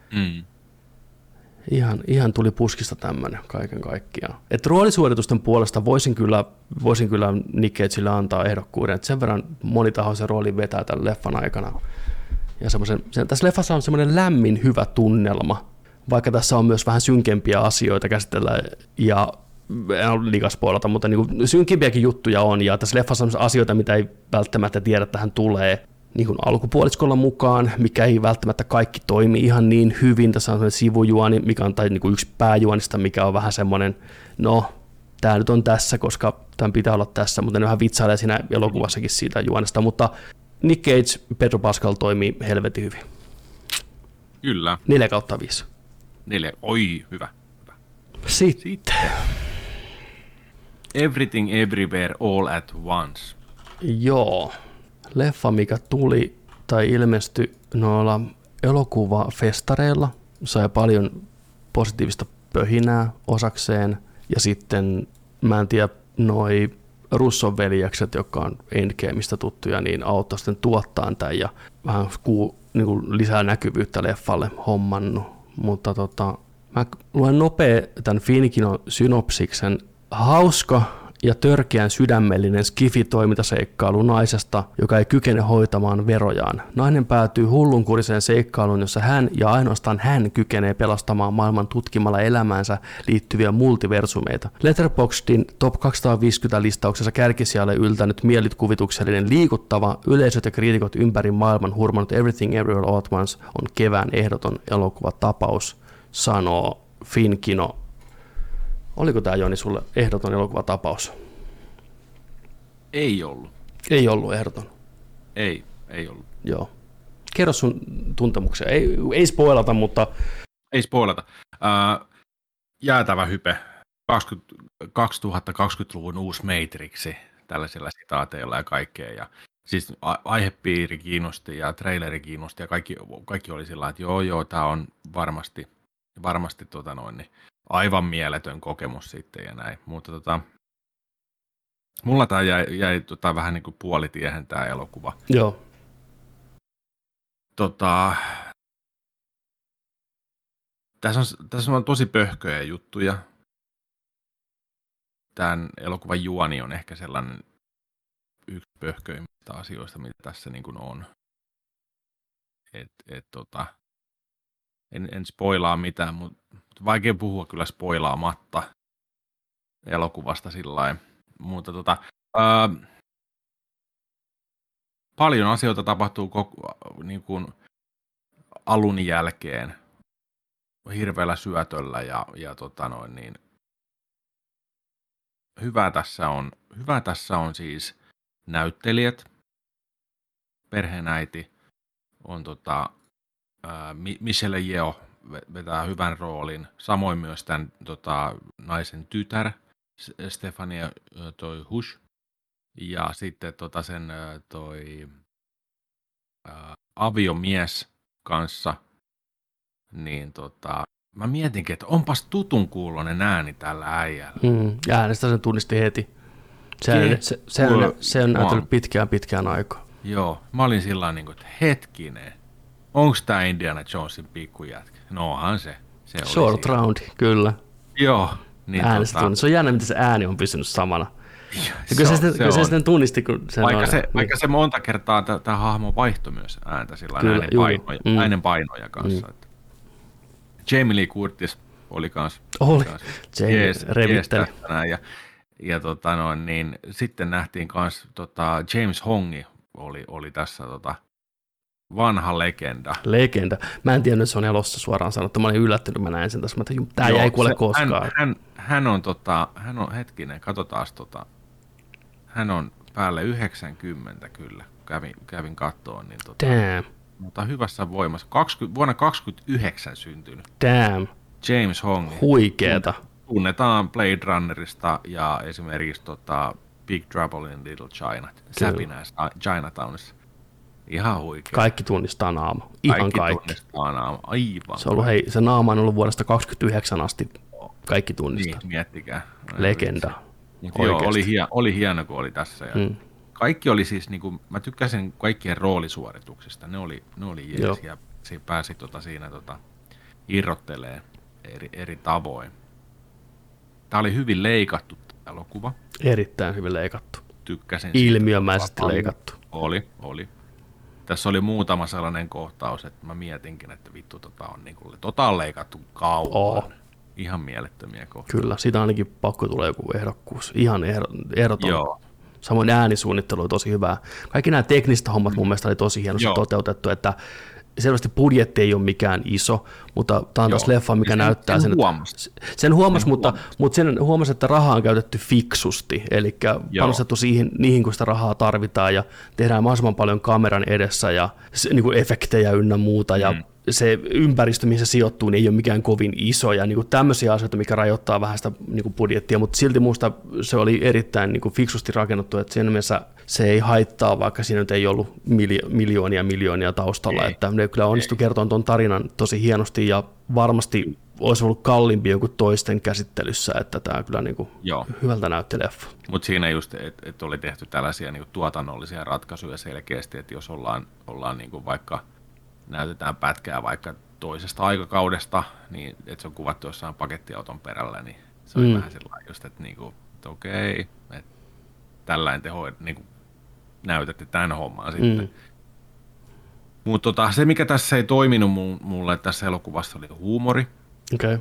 ihan tuli puskista tämmöinen kaiken kaikkiaan. Et roolisuoritusten puolesta voisin kyllä Nick Cagelle antaa ehdokkuuden, että sen verran monitahoisen roolin vetää tämän leffan aikana. Ja tässä leffassa on semmoinen lämmin hyvä tunnelma, vaikka tässä on myös vähän synkempiä asioita käsitellä ja en ole liikaa spoilata, mutta niin synkimpiäkin juttuja on, ja tässä leffassa on asioita, mitä ei välttämättä tiedä, että tähän tulee niin kuin alkupuoliskolla mukaan, mikä ei välttämättä kaikki toimi ihan niin hyvin. Tässä on sellainen sivujuoni, mikä on tai niin kuin yksi pääjuonista, mikä on vähän semmoinen, no, tämä nyt on tässä, koska tämän pitää olla tässä, mutta ne vähän vitsailee siinä elokuvassakin siitä juonesta, mutta Nick Cage, Pedro Pascal toimii helvetin hyvin. Kyllä. 4/5. 4, oi, hyvä. Sitten. Everything Everywhere All at Once. Joo. Leffa, mikä tuli tai ilmestyi noilla elokuvafestareilla, sai paljon positiivista pöhinää osakseen, ja sitten mä en tiedä, noi Russon veljekset, jotka on Endgameista tuttuja, niin auttoi sitten tuottaa tämän ja vähän niin kuin lisää näkyvyyttä leffalle hommannut, mutta mä luen nopea tämän Finkinon synopsiksen. Hauska ja törkeän sydämellinen skifi-toimintaseikkailu naisesta, joka ei kykene hoitamaan verojaan. Nainen päätyy hullunkuriseen seikkailuun, jossa hän ja ainoastaan hän kykenee pelastamaan maailman tutkimalla elämäänsä liittyviä multiversumeita. Letterboxdin Top 250 listauksessa kärkisijalle yltänyt mielikuvituksellinen liikuttava, yleisöt ja kriitikot ympäri maailman hurmannut Everything Everywhere All at Once on kevään ehdoton elokuvatapaus, sanoo Finkino. Oliko tämä, Joni, sulle ehdoton elokuvatapaus? Ei ollut. Ei ollut ehdoton? Ei ollut. Joo. Kerro sun tuntemuksia. Ei spoilata, mutta... Ei spoilata. Jäätävä hype. 2020-luvun uusi Matrixi tällaisilla sitaateilla ja kaikkea. Ja siis aihepiiri kiinnosti ja traileri kiinnosti ja kaikki oli sillä, että joo, tämä on varmasti niin aivan mieletön kokemus sitten ja näin, mutta mulla tämä jäi vähän niin kuin puolitiehen tämä elokuva. Joo. Tässä on tosi pöhköjä juttuja. tämän elokuvan juoni on ehkä sellainen yksi pöhköimmistä asioista, mitä tässä niin kuin on. En spoilaa mitään, mutta vaikea puhua kyllä spoilaamatta elokuvasta sillain. Mutta paljon asioita tapahtuu niin kuin alun jälkeen hirveällä syötöllä ja niin hyvä tässä on siis näyttelijät, perheenäiti on Michelle Yeoh vetää hyvän roolin, samoin myös tämän naisen tytär Stefania toi Hush ja sitten sen aviomies kanssa, niin mä mietinkin, että onpas tutun kuuloinen ääni tällä äijällä. Äänestä sen tunnisti heti. Se on näytellyt pitkään aikaa. Joo, mä olin sillä niin kuin, että hetkinen, onko tää Indiana Jonesin pikkujätkä? No onhan se. Short round, kyllä. Joo. Niin se on jännä, miten se ääni on pysynyt samana. Kyllä se sitten tunnisti, kun se vaikka se monta kertaa tämä hahmo vaihtoi myös ääntä sillä äänen painoja kanssa. Jamie Lee Curtis oli kans. Jamie revitteli. Ja niin sitten nähtiin kans James Hongi oli tässä vanha legenda. Mä en tiennyt, että se on elossa suoraan sanottu. Mä olin yllättynyt, mä näin sen tässä. Tää jäi kuule koskaan. Hän on hetkinen, katsotaan hän on päälle 90 kyllä. Kävin kattoon. Niin Damn. Mutta hyvässä voimassa. Vuonna 1929 syntynyt. Damn. James Hong. Huikeeta. Tunnetaan Blade Runnerista ja esimerkiksi Big Trouble in Little China. Säpinässä Chinatownissa. Ihan huikea. Kaikki tunnistaa naama. Ihan kaikki. Tunnistaa naama. Aivan. Se naama on ollut vuodesta 1929 asti. Kaikki tunnistaa. Niin, miettikää. Legenda. Joo, oli hieno, kun oli tässä. Ja kaikki oli siis, niin kuin, mä tykkäsin kaikkien roolisuorituksista. Ne oli jees ja siinä pääsi siinä irrottelee eri tavoin. Tää oli hyvin leikattu elokuva. Erittäin hyvin leikattu. Tykkäsin. Ilmiömäisesti leikattu. Oli. Tässä oli muutama sellainen kohtaus, että mä mietinkin, että vittu on niin kuin, on leikattu kauan. Ihan mielettömiä kohtia. Kyllä, siitä ainakin pakko tulee joku ehdokkuus. Ihan ehdoton. Joo. Samoin äänisuunnittelu oli tosi hyvää. Kaikki nämä tekniset hommat mun mielestä oli tosi hienosti toteutettu, että selvästi budjetti ei ole mikään iso, mutta tämä on taas leffa, mikä näyttää sen huomasi, mutta sen huomasi, että rahaa on käytetty fiksusti, eli panostettu niihin, kun sitä rahaa tarvitaan, ja tehdään mahdollisimman paljon kameran edessä, ja niin kuin efektejä ynnä muuta, ja se ympäristö, mihin se sijoittuu, niin ei ole mikään kovin iso, ja niin kuin tämmöisiä asioita, mikä rajoittaa vähän sitä niin kuin budjettia, mutta silti minusta se oli erittäin niin kuin fiksusti rakennettu, että siinä mielessä se ei haittaa, vaikka siinä nyt ei ollut miljoonia taustalla, että ne kyllä onnistui kertomaan tuon tarinan tosi hienosti, ja varmasti olisi ollut kalliimpi jonkun toisten käsittelyssä, että tämä kyllä niin kuin hyvältä näytti leffa. Mutta siinä just, että oli tehty tällaisia niin kuin tuotannollisia ratkaisuja selkeästi, että jos ollaan niin kuin vaikka näytetään pätkää vaikka toisesta aikakaudesta, niin että se on kuvattu jossain pakettiauton perällä, niin se on vähän sellainen just, että, niinku, että okei, että tällainen teho, niinku, näytätte tämän homman sitten. Mutta se, mikä tässä ei toiminut mulle tässä elokuvassa, oli huumori. Okay.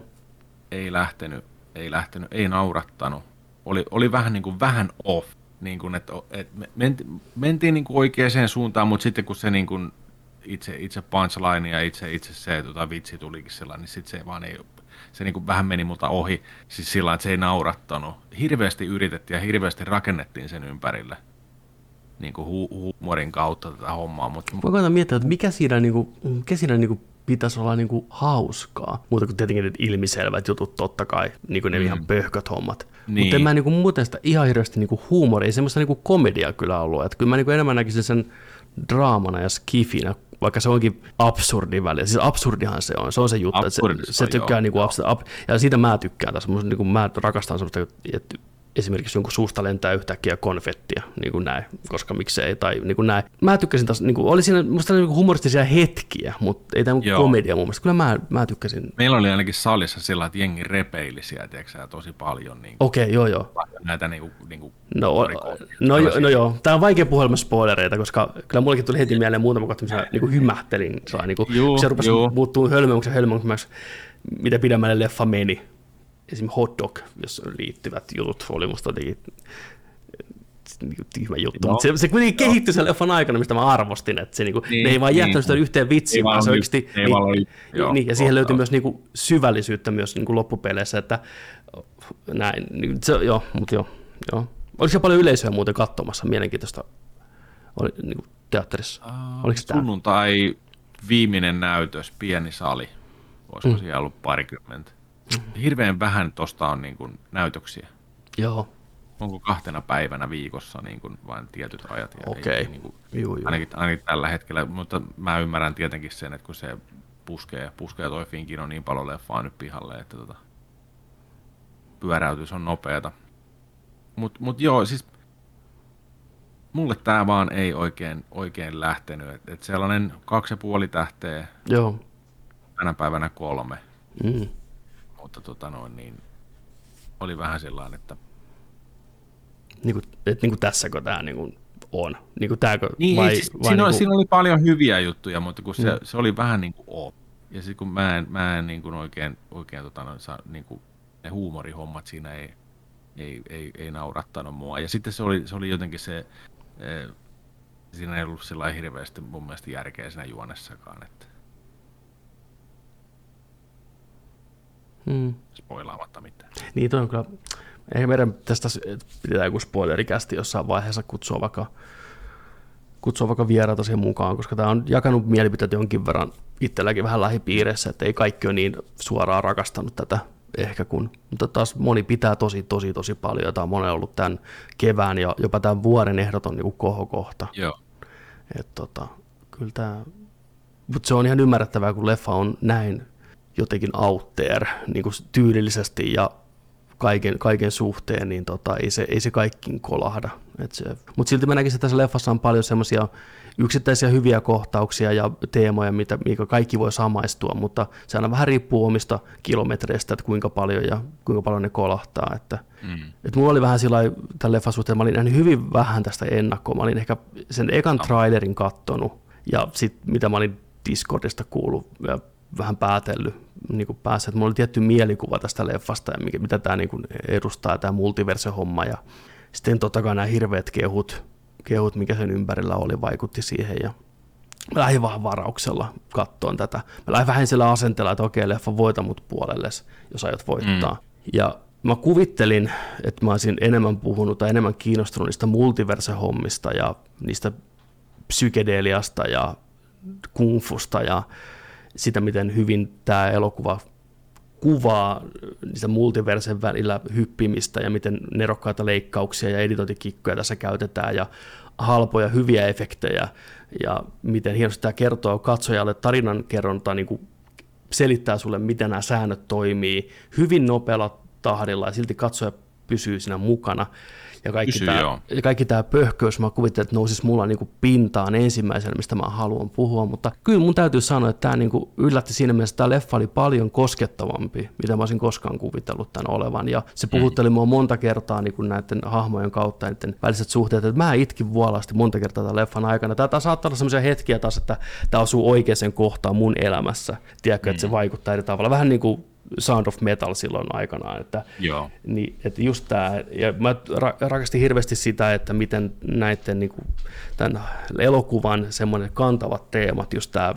Ei naurattanut. Oli vähän, niin kuin, vähän off, niin kuin, että mentiin niin kuin oikeaan suuntaan, mutta sitten kun se niin kuin, itse punchline ja itse se vitsi tulikin sellainen, niin sitten se vaan ei, se niin kuin vähän meni multa ohi, siis sillä että se ei naurattanut. Hirveästi yritettiin ja hirveästi rakennettiin sen ympärille, niin kuin huumorin kautta tätä hommaa. Mä koitan miettiä, että mikä siinä pitäisi olla niinku hauskaa, muuta kuin tietenkin ilmiselvät jutut totta kai, niinku ne ihan pöhköt hommat. Niin. Mutta en mä niinku muuten sitä ihan hirveästi niinku huumoria, ei semmoista niinku komediaa kyllä ollut, että kyllä mä niinku enemmän näkisin sen draamana ja skifinä, vaikka se onkin absurdi välillä. Siis absurdihan se on se juttu, että se tykkää niinku ja siitä mä tykkään tässä, niinku mä rakastan semmoista, että esimerkiksi jonkun suusta lentää yhtäkkiä konfettia, niin kuin näin, koska miksei, tai niin kuin näin. Mä tykkäsin taas, niin kuin, oli siinä musta niin kuin humoristisia hetkiä, mutta ei tämä komedia mun mielestä. Kyllä mä tykkäsin. Meillä oli ainakin salissa sillä, että jengi repeilisiä, tiedätkö, tosi paljon. Niin Okei, joo. Näitä No joo, tää on vaikea puhua ilman spoilereita, koska kyllä mullekin tuli heti mieleen muutama kohta, missä niin hymähtelin. Se rupesi muuttumaan hölmöksi, mitä pidemmälle leffa meni. Esimerkiksi Hot Dog, jos liittyvät jutut, oli musta jotenkin tyhmä juttu. No, se kuitenkin kehittyi sen leffan aikana, mistä mä arvostin, että se, ne ei vaan jättänyt sitä yhteen vitsiin, vaan se oikeasti, ja siihen löytyi myös syvällisyyttä myös loppupeleissä, että näin, joo. Oliko se paljon yleisöä muuten katsomassa, mielenkiintoista oli teatterissa? Oliko sunnuntai viimeinen näytös, pieni sali, olisiko siellä ollut parikymmentä? Hirveän vähän tuosta on niin kuin näytöksiä. Joo. Onko 2 päivänä viikossa niin kuin vain tietyt ajat? Okei. Niin ainakin tällä hetkellä, mutta mä ymmärrän tietenkin sen, että kun se puskee toi Finkin on niin paljon leffaa nyt pihalle, että pyöräytys on nopeata. Mut joo, siis mulle tää vaan ei oikein lähtenyt. Et sellainen 2,5 tähteä, joo. Tänä päivänä 3. Mutta niin oli vähän sellainen, että niin kuin tässäkö tämä niin on? Niin kuin tääkö, niin, vai, siis, vai siinä oli paljon hyviä juttuja, mutta kun se oli vähän niin kuin on. Ja sitten kun mä en niin kuin oikein niin kuin ne huumorihommat siinä ei naurattanut mua. Ja sitten se oli jotenkin siinä ei ollut sellainen hirveästi mun mielestä järkeä siinä juonessakaan, että spoilaamatta mitään. Niin, toi on kyllä. Ehkä meidän tästä pidetään joku spoilerikästi jossain vaiheessa kutsua vaikka vieraita siihen mukaan, koska tämä on jakanut mielipiteitä jonkin verran itselläkin vähän lähipiireissä, että ei kaikki ole niin suoraan rakastanut tätä ehkä mutta taas moni pitää tosi paljon, ja tämä on monella ollut tämän kevään ja jopa tämän vuoden ehdoton niin kohokohta. Joo. Kyllä tämä, mutta se on ihan ymmärrettävää, kun leffa on näin jotenkin out there, niin kuin tyylillisesti ja kaiken suhteen, niin ei se kaikkiin kolahda. Mutta silti mä näkisin, että tässä leffassa on paljon semmoisia yksittäisiä hyviä kohtauksia ja teemoja, mikä kaikki voi samaistua, mutta se aina vähän riippuu omista kilometreistä, että kuinka paljon ne kolahtaa. Että mulla oli vähän sillä tämän leffan suhteen, mä olin nähnyt hyvin vähän tästä ennakkoa. Mä olin ehkä sen ekan trailerin kattonut ja sitten mitä mä olin Discordista kuullut ja vähän päätellyt niin päässä, että mulla oli tietty mielikuva tästä leffasta ja mitä tämä niin edustaa, tämä multiverse-homma, ja sitten totta kai nämä hirveät kehut, mikä sen ympärillä oli, vaikutti siihen, ja mä lähdin vähän varauksella kattoon tätä. Mä lähdin vähän sillä asenteella, että okei, leffa voita mut puolelles, jos aiot voittaa. Ja mä kuvittelin, että mä olisin enemmän puhunut tai enemmän kiinnostunut niistä multiverse-hommista ja niistä psykedeliasta ja kungfusta ja sitä, miten hyvin tämä elokuva kuvaa niistä multiversen välillä hyppimistä ja miten nerokkaita leikkauksia ja editointikikkoja tässä käytetään ja halpoja hyviä efektejä ja miten hienosti tämä kertoo katsojalle tarinankerronta, niin kuin selittää sulle, miten nämä säännöt toimii hyvin nopealla tahdilla ja silti katsoja pysyy siinä mukana. Ja kaikki tämä pöhköys, mä kuvittelin, että nousisi mulla niin kuin pintaan ensimmäisenä, mistä mä haluan puhua, mutta kyllä mun täytyy sanoa, että tämä niin kuin yllätti siinä mielessä, että tämä leffa oli paljon koskettavampi, mitä mä olisin koskaan kuvitellut tämän olevan, ja se puhutteli mua monta kertaa niin kuin näiden hahmojen kautta, näiden väliset suhteet, että mä itkin vuolaasti monta kertaa tämän leffan aikana. Tämä saattaa olla sellaisia hetkiä taas, että tämä osuu oikeaan kohtaan mun elämässä, tiedätkö, että se vaikuttaa eri tavalla, vähän niin kuin Sound of Metal silloin aikanaan, että just tämä, ja mä rakastin hirveästi sitä, että miten näiden niin kuin, tämän elokuvan semmoinen kantavat teemat, just tämä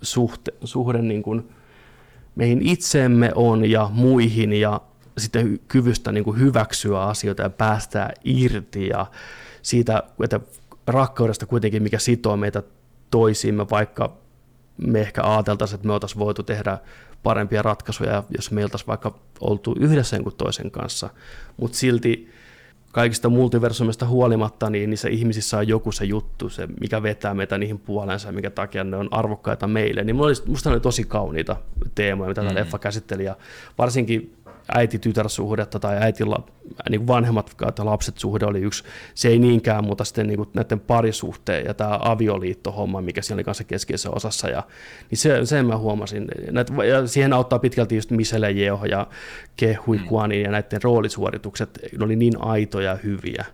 suhde niin kuin meihin itseemme on ja muihin, ja sitten kyvystä niin kuin hyväksyä asioita ja päästää irti, ja siitä, että rakkaudesta kuitenkin, mikä sitoo meitä toisiimme, vaikka me ehkä ajateltaisiin, että me oltaisiin voitu tehdä parempia ratkaisuja, jos me oltaisiin vaikka oltu yhdessä jonkun toisen kanssa, mutta silti kaikista multiversumista huolimatta, niin niissä ihmisissä on joku se juttu, se mikä vetää meitä niihin puoleensa, mikä takia ne on arvokkaita meille, niin musta oli tosi kauniita teemoja, mitä tämä leffa käsitteli, ja varsinkin äiti-tytär-suhdetta tai niin vanhemmat kautta lapset suhde oli yksi. Se ei niinkään, mutta sitten niin näiden parisuhteen ja tämä avioliittohomma, mikä siellä oli kanssa keskeisessä osassa. Niin sen mä huomasin. Ja siihen auttaa pitkälti just Michelle Yeoh ja Ke Huy Quanin ja näiden roolisuoritukset. Ne oli niin aitoja ja hyviä.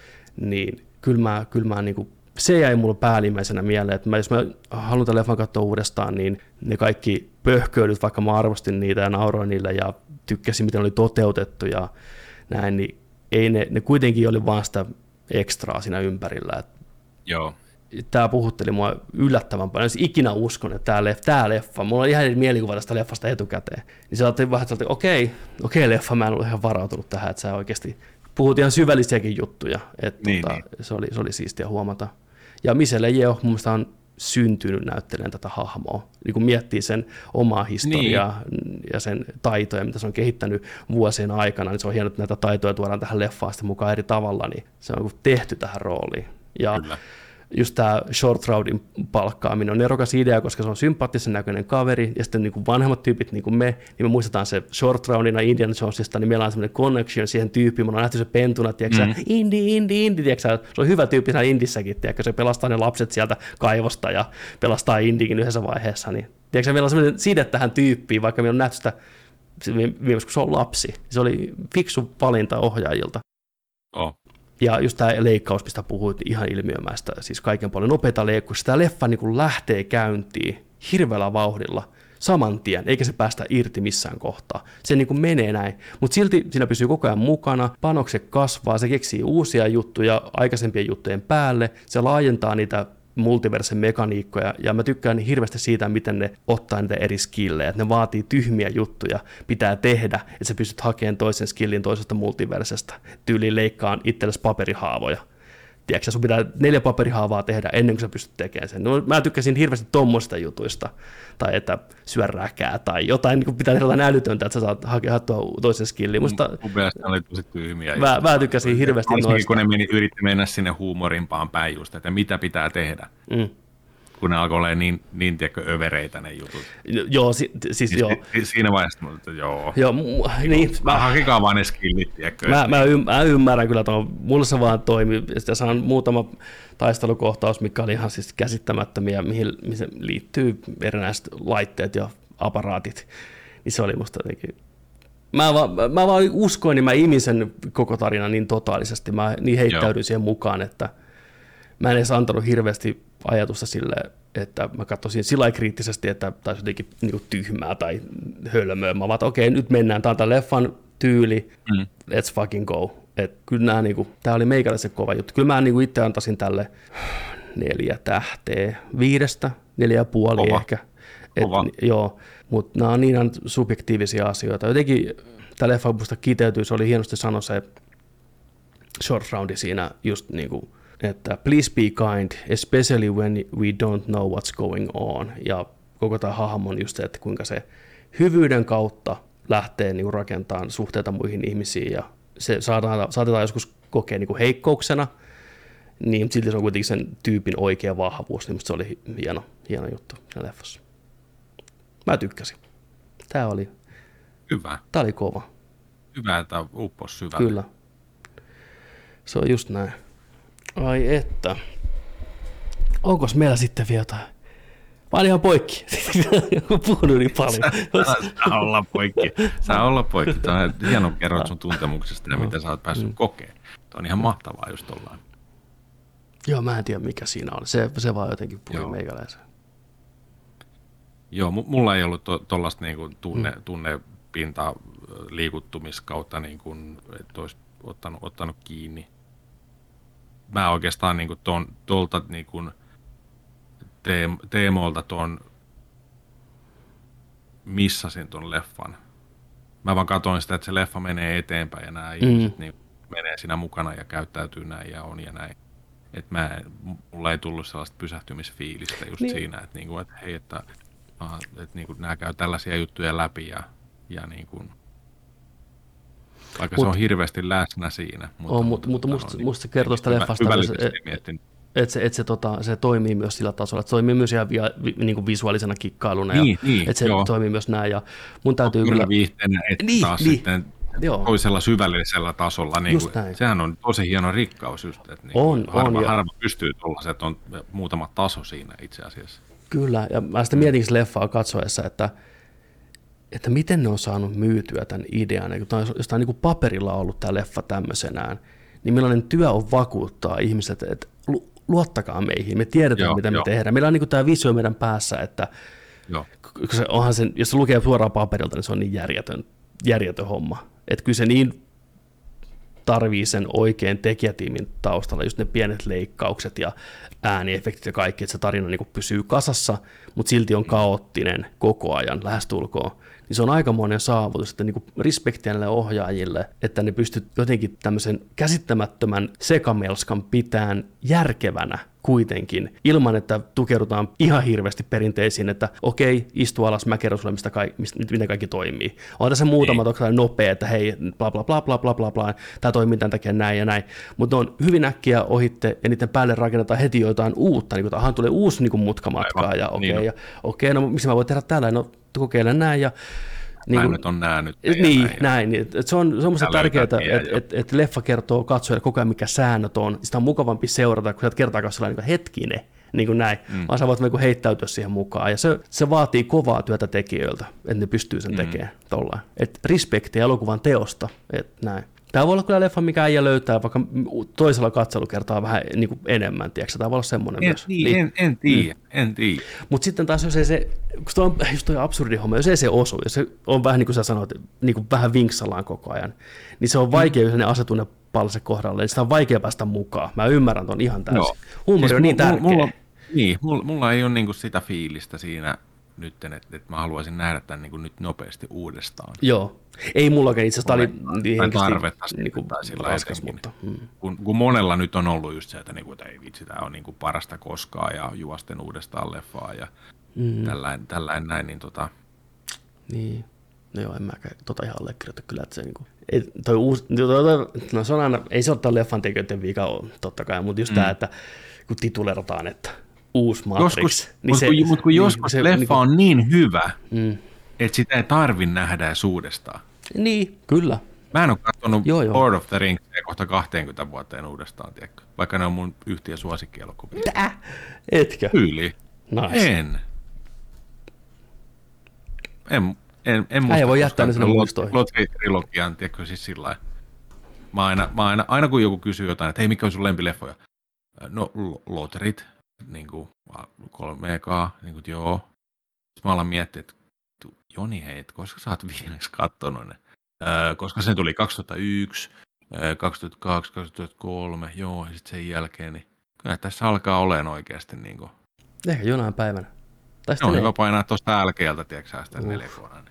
Niin kyllä mä niin kuin, se jäi mulle päällimmäisenä mieleen, että jos mä haluan tämän leffan katsoa uudestaan, niin ne kaikki pöhköilyt, vaikka mä arvostin niitä ja nauroin niille ja tykkäsin, miten ne oli toteutettu ja näin, niin ei ne kuitenkin oli vaan sitä ekstraa siinä ympärillä. Joo. Tämä puhutteli mua yllättävän paljon. En ikinä uskon, että tämä leffa, mulla on ihan eri mielikuva tästä leffasta etukäteen. Niin se otti vähän, että okei, leffa, mä en ole ihan varautunut tähän, että sä oikeasti puhut ihan syvällisiäkin juttuja. Että niin. Se oli siistiä huomata. Ja Michelle Yeoh mun mielestä on syntynyt näyttelemään tätä hahmoa. Niin kun miettii sen omaa historiaa ja sen taitoja, mitä se on kehittänyt vuosien aikana, niin se on hienoa, että näitä taitoja tuodaan tähän leffaan sitten mukaan eri tavalla, niin se on tehty tähän rooliin. Ja Kyllä. Just tämä Short Roundin palkkaaminen on erokas idea, koska se on sympaattisen näköinen kaveri, ja sitten niin kuin vanhemmat tyypit, niin kuin me muistetaan se Short Roundina Indiana Jonesista, niin meillä on semmoinen connection siihen tyyppiin, me on nähty se pentuna, tiedätkö Indi, tiedätkö se on hyvä tyyppi siinä Indissäkin, tiedätkö se pelastaa ne lapset sieltä kaivosta ja pelastaa Indikin yhdessä vaiheessa, niin tiedätkö meillä on semmoinen side tähän tyyppiin, vaikka me on nähty sitä viimeksi, kun se on lapsi. Se oli fiksu valinta ohjaajilta. Oh. Ja just tämä leikkaus, mistä puhuit, ihan ilmiömäistä, siis kaiken paljon nopeita leikkausta. Tämä leffa niin kuin lähtee käyntiin hirveällä vauhdilla saman tien, eikä se päästä irti missään kohtaa. Se niin kuin menee näin, mutta silti siinä pysyy koko ajan mukana, panokset kasvaa, se keksii uusia juttuja aikaisempien juttujen päälle, se laajentaa niitä multiversen mekaniikkoja, ja mä tykkään hirveästi siitä, miten ne ottaa niitä eri skillejä, että ne vaatii tyhmiä juttuja, pitää tehdä, että sä pystyt hakemaan toisen skillin toisesta multiversesta, tyyliin leikkaan itsellesi paperihaavoja. Tiedätkö, sun pitää 4 paperihaavaa tehdä ennen kuin sä pystyt tekemään sen. No, mä tykkäsin hirveästi tommosista jutuista, tai että syö räkää, tai jotain, niin pitää tehdä jotain älytöntä, että sä saat hakea toisen skillin. Mun mielestä ne oli tosi tyhmiä. Mä tykkäsin hirveästi noista. Kun ne yritti mennä sinne huumorimpaan päin just, että mitä pitää tehdä. Kun ne alkoi olla niin tiedätkö, övereitä ne jutut. Joo, siis joo. Siinä vaiheessa, että joo. Niin. Hakikaa vaan ne skillit, tiedätkö. Mä ymmärrän kyllä tuon. Mulla se vaan toimi. Sitten saan muutama taistelukohtaus, mikä oli ihan siis käsittämättömiä, mihin se liittyy erinäiset laitteet ja aparaatit. Niin se oli musta jotenkin... Mä vaan uskoin, niin mä imin sen koko tarinan niin totaalisesti. Mä niin heittäydyin siihen mukaan, että mä en edes antanut hirveästi ajatusta sille, että mä katsoisin sillä kriittisesti, että taisi jotenkin niin tyhmää tai hölmöä. Mä vaan, että okei, nyt mennään, tää on tämän leffan tyyli, let's fucking go. Että kyllä nämä, niin kuin, tää oli meikäläisen kova juttu. Kyllä mä niin kuin itse antaisin tälle 4 tähteä, 5, 4,5 ehkä. Joo, mutta nämä on niin subjektiivisia asioita. Jotenkin tämä leffa musta kiteytyy, se oli hienosti sanoa se Short Roundi siinä just niin kuin, että please be kind, especially when we don't know what's going on. Ja koko tämä hahmon just se, että kuinka se hyvyyden kautta lähtee niin rakentamaan suhteita muihin ihmisiin ja se saatetaan joskus kokea niin kuin heikkouksena, niin silti se on kuitenkin sen tyypin oikea vahvuus, niin se oli hieno juttu siinä leffassa. Mä tykkäsin. Tää oli hyvä. Tää oli kova. Hyvä, että upposi syvälle. Kyllä. Se on just näin. Ai että. Onkos meillä sitten vielä jotain? Mä oon ihan poikki. Puhunut niin paljon. Saa olla poikki. Tämä on hieno kerrot sun tuntemuksesta ja mitä sä oot päässyt kokemaan. Tämä on ihan mahtavaa just ollaan. Joo, mä en tiedä mikä siinä on. Se vaan jotenkin puhui meikäläiseen. Joo, mulla ei ollut tuollaista niinku tunnepinta liikuttumiskautta, niinku, että olisi ottanut kiinni. Mä oikeastaan niinku tuolta niinku teemoilta missasin ton leffan. Mä vaan katsoin sitä, että se leffa menee eteenpäin ja nämä ihmiset niin menee siinä mukana ja käyttäytyy näin ja on ja näin. Että mulla ei tullut sellaista pysähtymisfiilistä just siinä, että niinku, et hei, että niinku, nämä käy tällaisia juttuja läpi ja niinku, vaikka se on hirveästi läsnä siinä. Mutta musta se kertoo sitä leffasta. se toimii myös sillä tasolla, että se toimii myös ihan niin kuin visuaalisena kikkailuna, että se toimii myös näin, ja mun täytyy kyllä viihteenä, että taas sitten toisella syvällisellä tasolla, niin kuin, sehän on tosi hieno rikkaus just, että niin harva pystyy tuollaiset, on muutama taso siinä itse asiassa. Kyllä, ja mä sitten mietin leffaa katsoessa, että miten ne on saanut myytyä tämän idean, jos tämä on niin kuin paperilla ollut tämä leffa tämmöisenään, niin millainen työ on vakuuttaa ihmiset, että luottakaa meihin, me tiedetään, mitä me tehdään. Meillä on niin kuin tämä visio meidän päässä, että jos se lukee suoraan paperilta, niin se on niin järjetön homma. Että kyllä se niin tarvii sen oikein tekijätiimin taustalla, just ne pienet leikkaukset ja ääniefektit ja kaikki, että se tarina niin kuin pysyy kasassa, mutta silti on kaoottinen koko ajan lähestulkoon. Niin se on aikamoinen saavutus, että niin kuin respektiä näille ohjaajille, että ne pystyt jotenkin tämmöisen käsittämättömän sekamelskan pitämään järkevänä kuitenkin, ilman että tukeudutaan ihan hirveästi perinteisiin, että okei, istu alas, mä kerron sulle, miten kaikki toimii. On tässä muutama nopea, että hei, bla bla bla bla bla bla bla, tämä toimii tämän takia näin ja näin, mutta ne on hyvin äkkiä ohitte ja niiden päälle rakennetaan heti jotain uutta, niin kuin, tulee uusi niin kuin mutkamatkaa ja okei, no missä mä voin tehdä täällä, no kokeile näin ja niin nyt on nähnyt. Näin. Se on semmoista tärkeää, että leffa kertoo katsojalle koko ajan, mikä säännöt on. Sitä on mukavampi seurata, kun sä et kertaakaan sellainen hetkinen, niin kuin näin, vaan sä voit heittäytyä siihen mukaan. Ja se vaatii kovaa työtä tekijöiltä, että ne pystyy sen tekemään tollain. Että respektiä elokuvan teosta, että näin. Tämä voi olla kyllä leffa, mikä äijä löytää, vaikka toisella katselukertaa vähän niin kuin enemmän, tiedätkö? Tämä voi olla semmoinen myös. En tiedä. Mutta sitten taas, jos ei se, kun tuo on just toi absurdi homma, jos ei se osu, jos se on vähän niin kuin sä sanoit, niin kuin vähän vinksallaan koko ajan, niin se on vaikea, jos ne asetuu ne palse kohdalle, niin sitä on vaikea päästä mukaan. Mä ymmärrän ton ihan täysin. Huumori siis on niin tärkeä. Mulla ei ole niin kuin sitä fiilistä siinä nyt, että mä haluaisin nähdä tämän niin kuin nyt nopeasti uudestaan. Joo. Ei mullakaan itse asiassa, oli tarvetta niin raskas, mutta kun monella nyt on ollut just se, että ei vitsi, tämä on niin kuin parasta koskaan ja juosten uudestaan leffaa ja tällainen näin, niin Niin, no joo, en mäkään ihan allekirjoita kyllä, että se niinku, se on aina, ei se ole tämän leffan tekijöiden vika ole, totta kai, mutta just tämä, että kun titulerataan, että uusi Matrix. Mutta kun joskus leffa on niin hyvä, että sitä ei tarvitse nähdä edes uudestaan. Niin, kyllä. Mä en ole katsonut Lord of the Rings kohta 20 vuoteen uudestaan, tiedätkö? Vaikka ne on mun yhtiö suosikkielokuvia. Etkö? Tyyli. Nice. En muista. Ei voi jättää ne sinne muistoihin. Lotri-trilogian, tiedätkö, siis sillä lailla. Aina kun joku kysyy jotain, että hei, mikä on sun lempileffoja? No, Lotrit, niin kuin 3K, niin kuin joo. Sitten mä alan miettiä, että Joni, hei, koska sä oot viimeksi katsonut ne? Koska se tuli 2001, 2002, 2003, joo, ja sitten sen jälkeen, niin kyllä tässä alkaa olemaan oikeasti niin kuin. Ehkä jonain päivänä. On hyvä painaa tuosta LG:ltä, tiedätkö sä sitä 4K.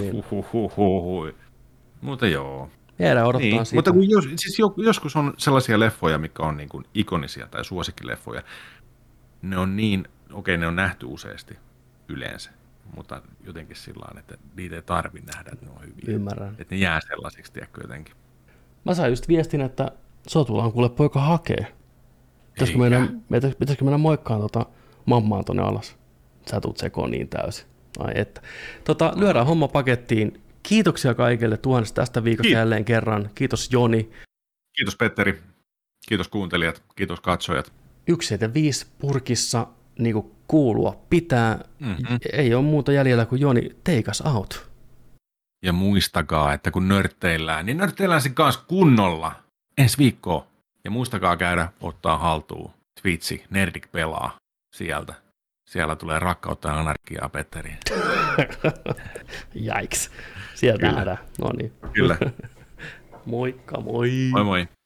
Mutta joo. Jäädään odottaa niin, siitä. Mutta joskus on sellaisia leffoja, mitkä on niin kuin ikonisia tai suosikkileffoja. Ne on niin, ne on nähty useasti yleensä, mutta jotenkin sillä tavalla, että niitä ei tarvitse nähdä, että ne on hyviä. Ymmärrän. Että ne jää sellaisiksi, tiedätkö, jotenkin. Mä sain just viestin, että Sotulaan kuule poika hakee. Pitäisikö mennä moikkaan mammaa tonne alas? Sä tuut sekoon niin täysin. Ai että. Lyödään homma pakettiin. Kiitoksia kaikille tuhannesta tästä viikosta jälleen kerran. Kiitos Joni. Kiitos Petteri. Kiitos kuuntelijat. Kiitos katsojat. 175 purkissa, niin kuin kuulua pitää. Ei ole muuta jäljellä kuin Joni, take us out. Ja muistakaa, että kun nörtteillään, niin nörtteillään sen kanssa kunnolla ensi viikkoa. Ja muistakaa käydä ottaa haltuun Twitchi, Nerdik pelaa sieltä. Siellä tulee rakkautta ja anarkiaa, Petteri. Jaiks. Sieltä nähdään. No niin. Kyllä. Moikka, moi. Moi moi.